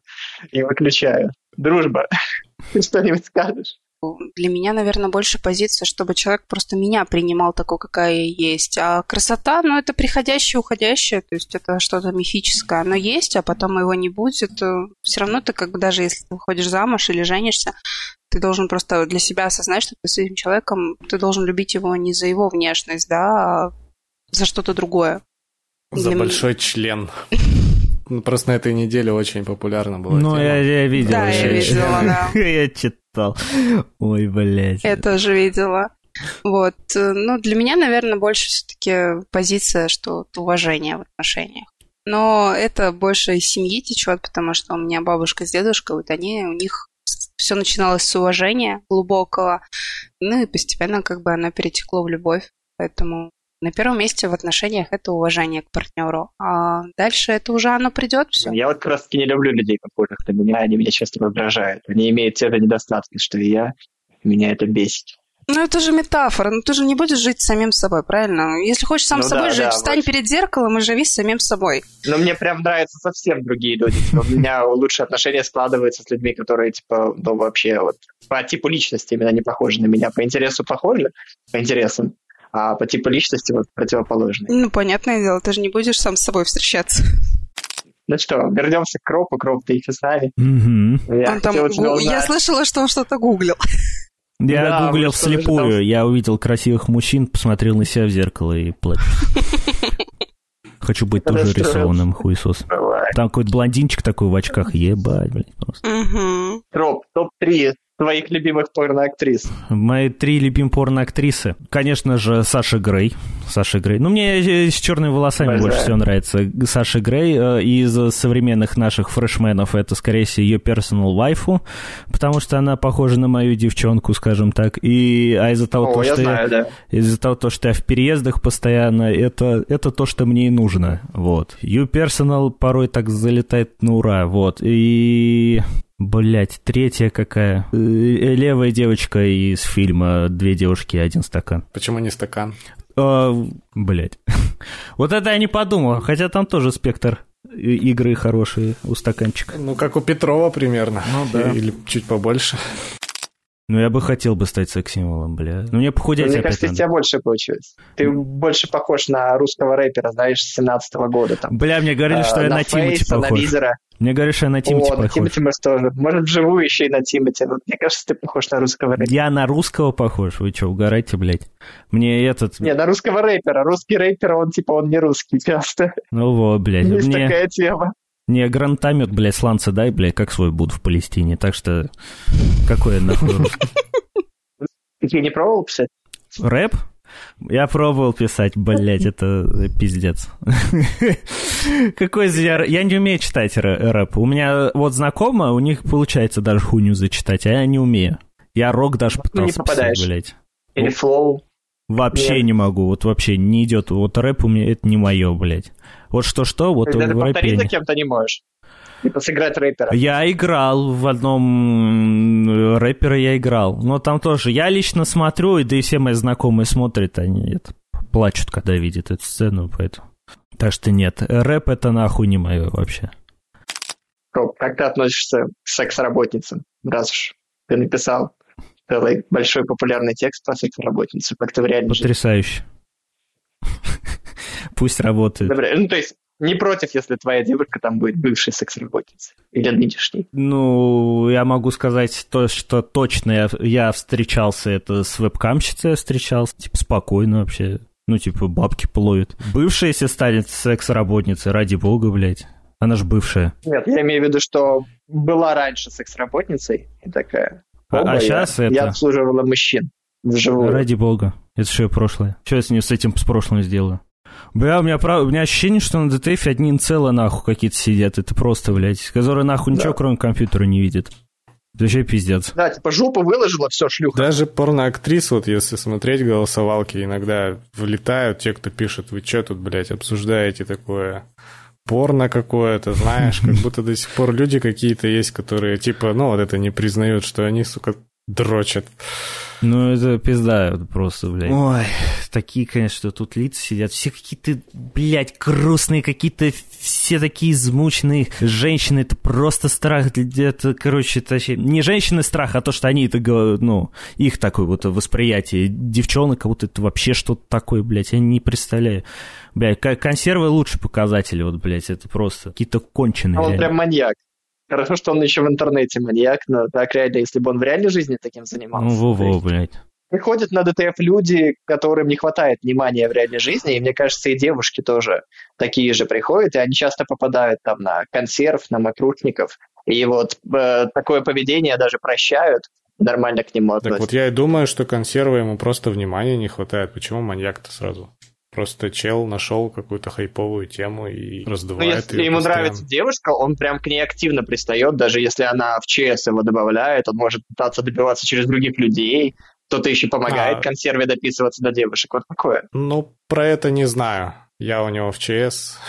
Speaker 4: и выключаю. Дружба. Ты что-нибудь скажешь?
Speaker 1: Для меня, наверное, больше позиция, чтобы человек просто меня принимал такой, какая я есть. А красота, ну, это приходящее, уходящее, то есть это что-то мифическое. Оно есть, а потом его не будет. Все равно ты, как бы, даже если ты выходишь замуж или женишься, ты должен просто для себя осознать, что ты с этим человеком, ты должен любить его не за его внешность, да, а за что-то другое.
Speaker 3: За
Speaker 1: Для
Speaker 3: большой член. Ну, просто на этой неделе очень популярна была
Speaker 2: Ну,
Speaker 3: тема.
Speaker 2: я видел.
Speaker 1: Да, я видела, да.
Speaker 2: Я читал. Ой, блядь.
Speaker 1: Я тоже видела. Вот. Ну, для меня, наверное, больше все-таки позиция, что это уважение в отношениях. Но это больше из семьи течет, потому что у меня бабушка с дедушкой, вот они, у них все начиналось с уважения глубокого, ну и постепенно как бы оно перетекло в любовь. Поэтому на первом месте в отношениях это уважение к партнеру. А дальше это уже оно придет все.
Speaker 4: Я вот как раз-таки не люблю людей, похожих на меня, они меня часто раздражают. Они имеют те же недостатки, что и я, меня это бесит.
Speaker 1: Ну, это же метафора. Ну, ты же не будешь жить самим собой, правильно? Если хочешь сам
Speaker 4: Ну
Speaker 1: собой
Speaker 4: да,
Speaker 1: жить,
Speaker 4: да,
Speaker 1: встань
Speaker 4: вот.
Speaker 1: перед зеркалом и живи самим собой.
Speaker 4: Но мне прям нравятся совсем другие люди. У меня лучшие отношения складываются с людьми, которые, типа, ну, вообще вот по типу личности именно не похожи на меня. По интересу похожи, по интересам, а по типу личности вот противоположные.
Speaker 1: Ну, понятное дело, ты же не будешь сам с собой встречаться.
Speaker 4: Ну что, вернемся к Кропу. Кроп, ты их знали.
Speaker 2: Мгм.
Speaker 1: Он там я слышала, что он что-то гуглил.
Speaker 2: Я
Speaker 4: Да,
Speaker 2: гуглил
Speaker 4: вы что, даже
Speaker 2: вслепую,
Speaker 4: там-
Speaker 2: я увидел красивых мужчин, посмотрел на себя в зеркало и плачу. Хочу быть тоже
Speaker 4: Расстроился.
Speaker 2: рисованным, хуесос. Там какой-то блондинчик такой в очках, ебать, блядь, просто.
Speaker 1: Угу.
Speaker 4: Кроп, топ-3 твоих любимых порноактрис.
Speaker 2: Мои 3 любимые порноактрисы. Конечно же, Саша Грей. Ну, мне с черными волосами
Speaker 4: Обожаю.
Speaker 2: больше всего нравится. Саша Грей. Из современных наших фрешменов это, скорее всего, ее персонал вайфу, потому что она похожа на мою девчонку, скажем так. А из-за того,
Speaker 4: О, я
Speaker 2: что
Speaker 4: знаю, да.
Speaker 2: из-за того, что я в переездах постоянно, это то, что мне и нужно. Вот. Ее персонал порой так залетает на ура. Вот. И... Блять, третья какая? Левая девочка из фильма «Две девушки и один стакан».
Speaker 3: Почему не стакан?
Speaker 2: Блять. Вот это я не подумал, хотя там тоже спектр игры хорошие у стаканчика.
Speaker 3: Ну, как у Петрова примерно.
Speaker 2: Ну, да.
Speaker 3: Или чуть побольше.
Speaker 2: Ну, я бы хотел бы стать секс-символом, бля. Ну, мне похудеть
Speaker 4: Мне
Speaker 2: опять
Speaker 4: кажется, из
Speaker 2: надо.
Speaker 4: тебя больше получилось. Ты больше похож на русского рэпера, знаешь, с 17-го года. Там.
Speaker 2: Бля, мне говорили, что я на Тимати
Speaker 4: Фейса,
Speaker 2: похож.
Speaker 4: на Визера.
Speaker 2: Мне говорят, что я на Тимати
Speaker 4: О, на
Speaker 2: похож.
Speaker 4: Тимати, может, тоже. Может, вживую еще и на Тимати. Вот, мне кажется, ты похож на русского рэпера.
Speaker 2: Я на русского похож? Вы что, угораете, блядь? Мне этот...
Speaker 4: Не, на русского рэпера. Русский рэпер, он типа, он не русский часто.
Speaker 2: Ну вот, блядь.
Speaker 4: Есть
Speaker 2: Мне...
Speaker 4: такая тема.
Speaker 2: Не, гранатомет, блядь, сланца дай, блядь, как свой буду в Палестине. Так что какой я нахуй русский?
Speaker 4: Ты не пробовал писать?
Speaker 2: Рэп? Я пробовал писать, блядь, это пиздец. Какой я не умею читать рэп. У меня вот знакомые, у них получается даже хуйню зачитать, а я не умею. Я рок даже пытался писать, блядь.
Speaker 4: Или флоу?
Speaker 2: Вообще не могу, вот вообще не идет. Вот рэп у меня, это не мое, блядь. Вот что-что, вот
Speaker 4: Когда ты
Speaker 2: в рэпе...
Speaker 4: повторить за кем-то не можешь? Типа сыграть рэпера.
Speaker 2: Я играл в одном рэпера, я играл. Но там тоже, я лично смотрю, да и все мои знакомые смотрят, они это, плачут, когда видят эту сцену, поэтому... Так что нет, рэп это нахуй не мое вообще.
Speaker 4: Как ты относишься к секс-работницам, раз уж ты написал целый большой популярный текст про секс-работницу, как ты в реальной жизни?
Speaker 2: Потрясающе. Пусть работает.
Speaker 4: Ну, то есть не против, если твоя девушка там будет бывшей секс-работницей или нынешней?
Speaker 2: Ну, я могу сказать то, что точно я встречался, это с вебкамщицей я встречался, типа спокойно вообще, ну, типа бабки плоют. Бывшая, если станет секс-работницей, ради бога, блядь, она же бывшая.
Speaker 4: Нет, я имею в виду, что была раньше секс-работницей и такая,
Speaker 2: а сейчас это...
Speaker 4: Я обслуживала мужчин вживую.
Speaker 2: Ради бога, это же прошлое. Что я с этим с прошлым сделаю? Бля, у меня ощущение, что на ДТФ одни инцелы нахуй какие-то сидят. Это просто, блядь, которые нахуй ничего кроме компьютера не видят. Это вообще пиздец.
Speaker 4: Да, типа жопу выложила, все, шлюха.
Speaker 3: Даже порноактрис, вот если смотреть голосовалки, иногда вылетают те, кто пишет, вы что тут, блядь, обсуждаете такое порно какое-то, знаешь, как будто до сих пор люди какие-то есть, которые, типа, ну, вот это не признают, что они, сука, дрочат.
Speaker 2: Ну, это пизда просто, блядь. Ой, такие, конечно, тут лица сидят. Все какие-то, блядь, грустные, какие-то все такие измученные. Женщины, это просто страх. Это, короче, это вообще... Не женщины страх, а то, что они, это, ну, их такое вот восприятие. Девчонок, как будто это вообще что-то такое, блядь. Я не представляю. Блядь, консервы лучше показатели, вот, блядь, это просто какие-то конченые.
Speaker 4: Он прям маньяк. Хорошо, что он еще в интернете маньяк, но так реально, если бы он в реальной жизни таким занимался.
Speaker 2: Ну, во-во, блядь.
Speaker 4: Приходят на ДТФ люди, которым не хватает внимания в реальной жизни, и мне кажется, и девушки тоже такие же приходят, и они часто попадают там на консерв, на мокрушников, и вот такое поведение даже прощают, нормально к нему относятся.
Speaker 3: Так вот я и думаю, что консерва ему просто внимания не хватает. Почему маньяк-то сразу? Просто чел нашел какую-то хайповую тему и раздувает.
Speaker 4: Ну, если
Speaker 3: ее
Speaker 4: ему
Speaker 3: постоянно.
Speaker 4: нравится девушка, он прям к ней активно пристает, даже если она в ЧС его добавляет, он может пытаться добиваться через других людей, кто-то еще помогает консерве дописываться до девушек. Вот такое.
Speaker 3: Ну, про это не знаю. Я у него в ЧС.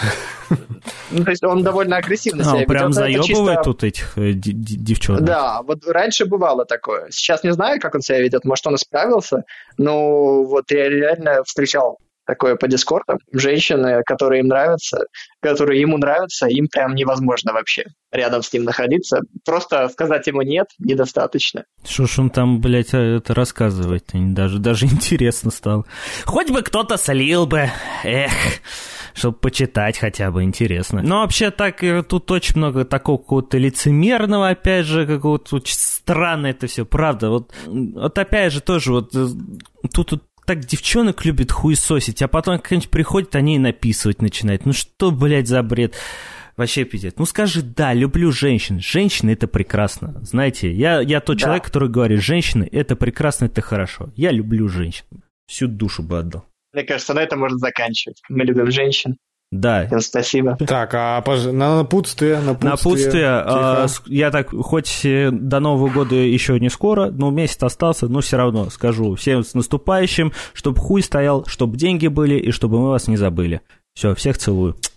Speaker 4: Ну, то есть он довольно агрессивно себя ведет.
Speaker 2: Прям заебывает тут этих девчонок.
Speaker 4: Да, вот раньше бывало такое. Сейчас не знаю, как он себя ведет. Может, он исправился, но вот я реально встречал такое по дискордам. Женщины, которые им нравятся, которые ему нравятся, им прям невозможно вообще рядом с ним находиться. Просто сказать ему нет недостаточно.
Speaker 2: Что ж он там, блядь, это рассказывает? Даже интересно стало. Хоть бы кто-то солил бы. Эх, чтобы почитать хотя бы интересно. Но вообще так, тут очень много такого какого-то лицемерного, опять же, какого-то очень странно это все, правда. Вот опять же тоже вот тут так девчонок любят хуесосить, а потом как-нибудь приходят, они и написывать начинают. Ну что, блядь, за бред? Вообще пиздец. Ну скажи, да, люблю женщин. Женщины — это прекрасно. Знаете, я тот человек, который говорит, женщины — это прекрасно, это хорошо. Я люблю женщин. Всю душу бы отдал.
Speaker 4: Мне кажется, на этом можно заканчивать. Мы любим женщин.
Speaker 2: Да.
Speaker 4: Всем спасибо.
Speaker 3: Так, а на напутствие.
Speaker 2: Я так, хоть до Нового года еще не скоро, но месяц остался, но все равно скажу всем с наступающим, чтобы хуй стоял, чтобы деньги были и чтобы мы вас не забыли. Все, всех целую.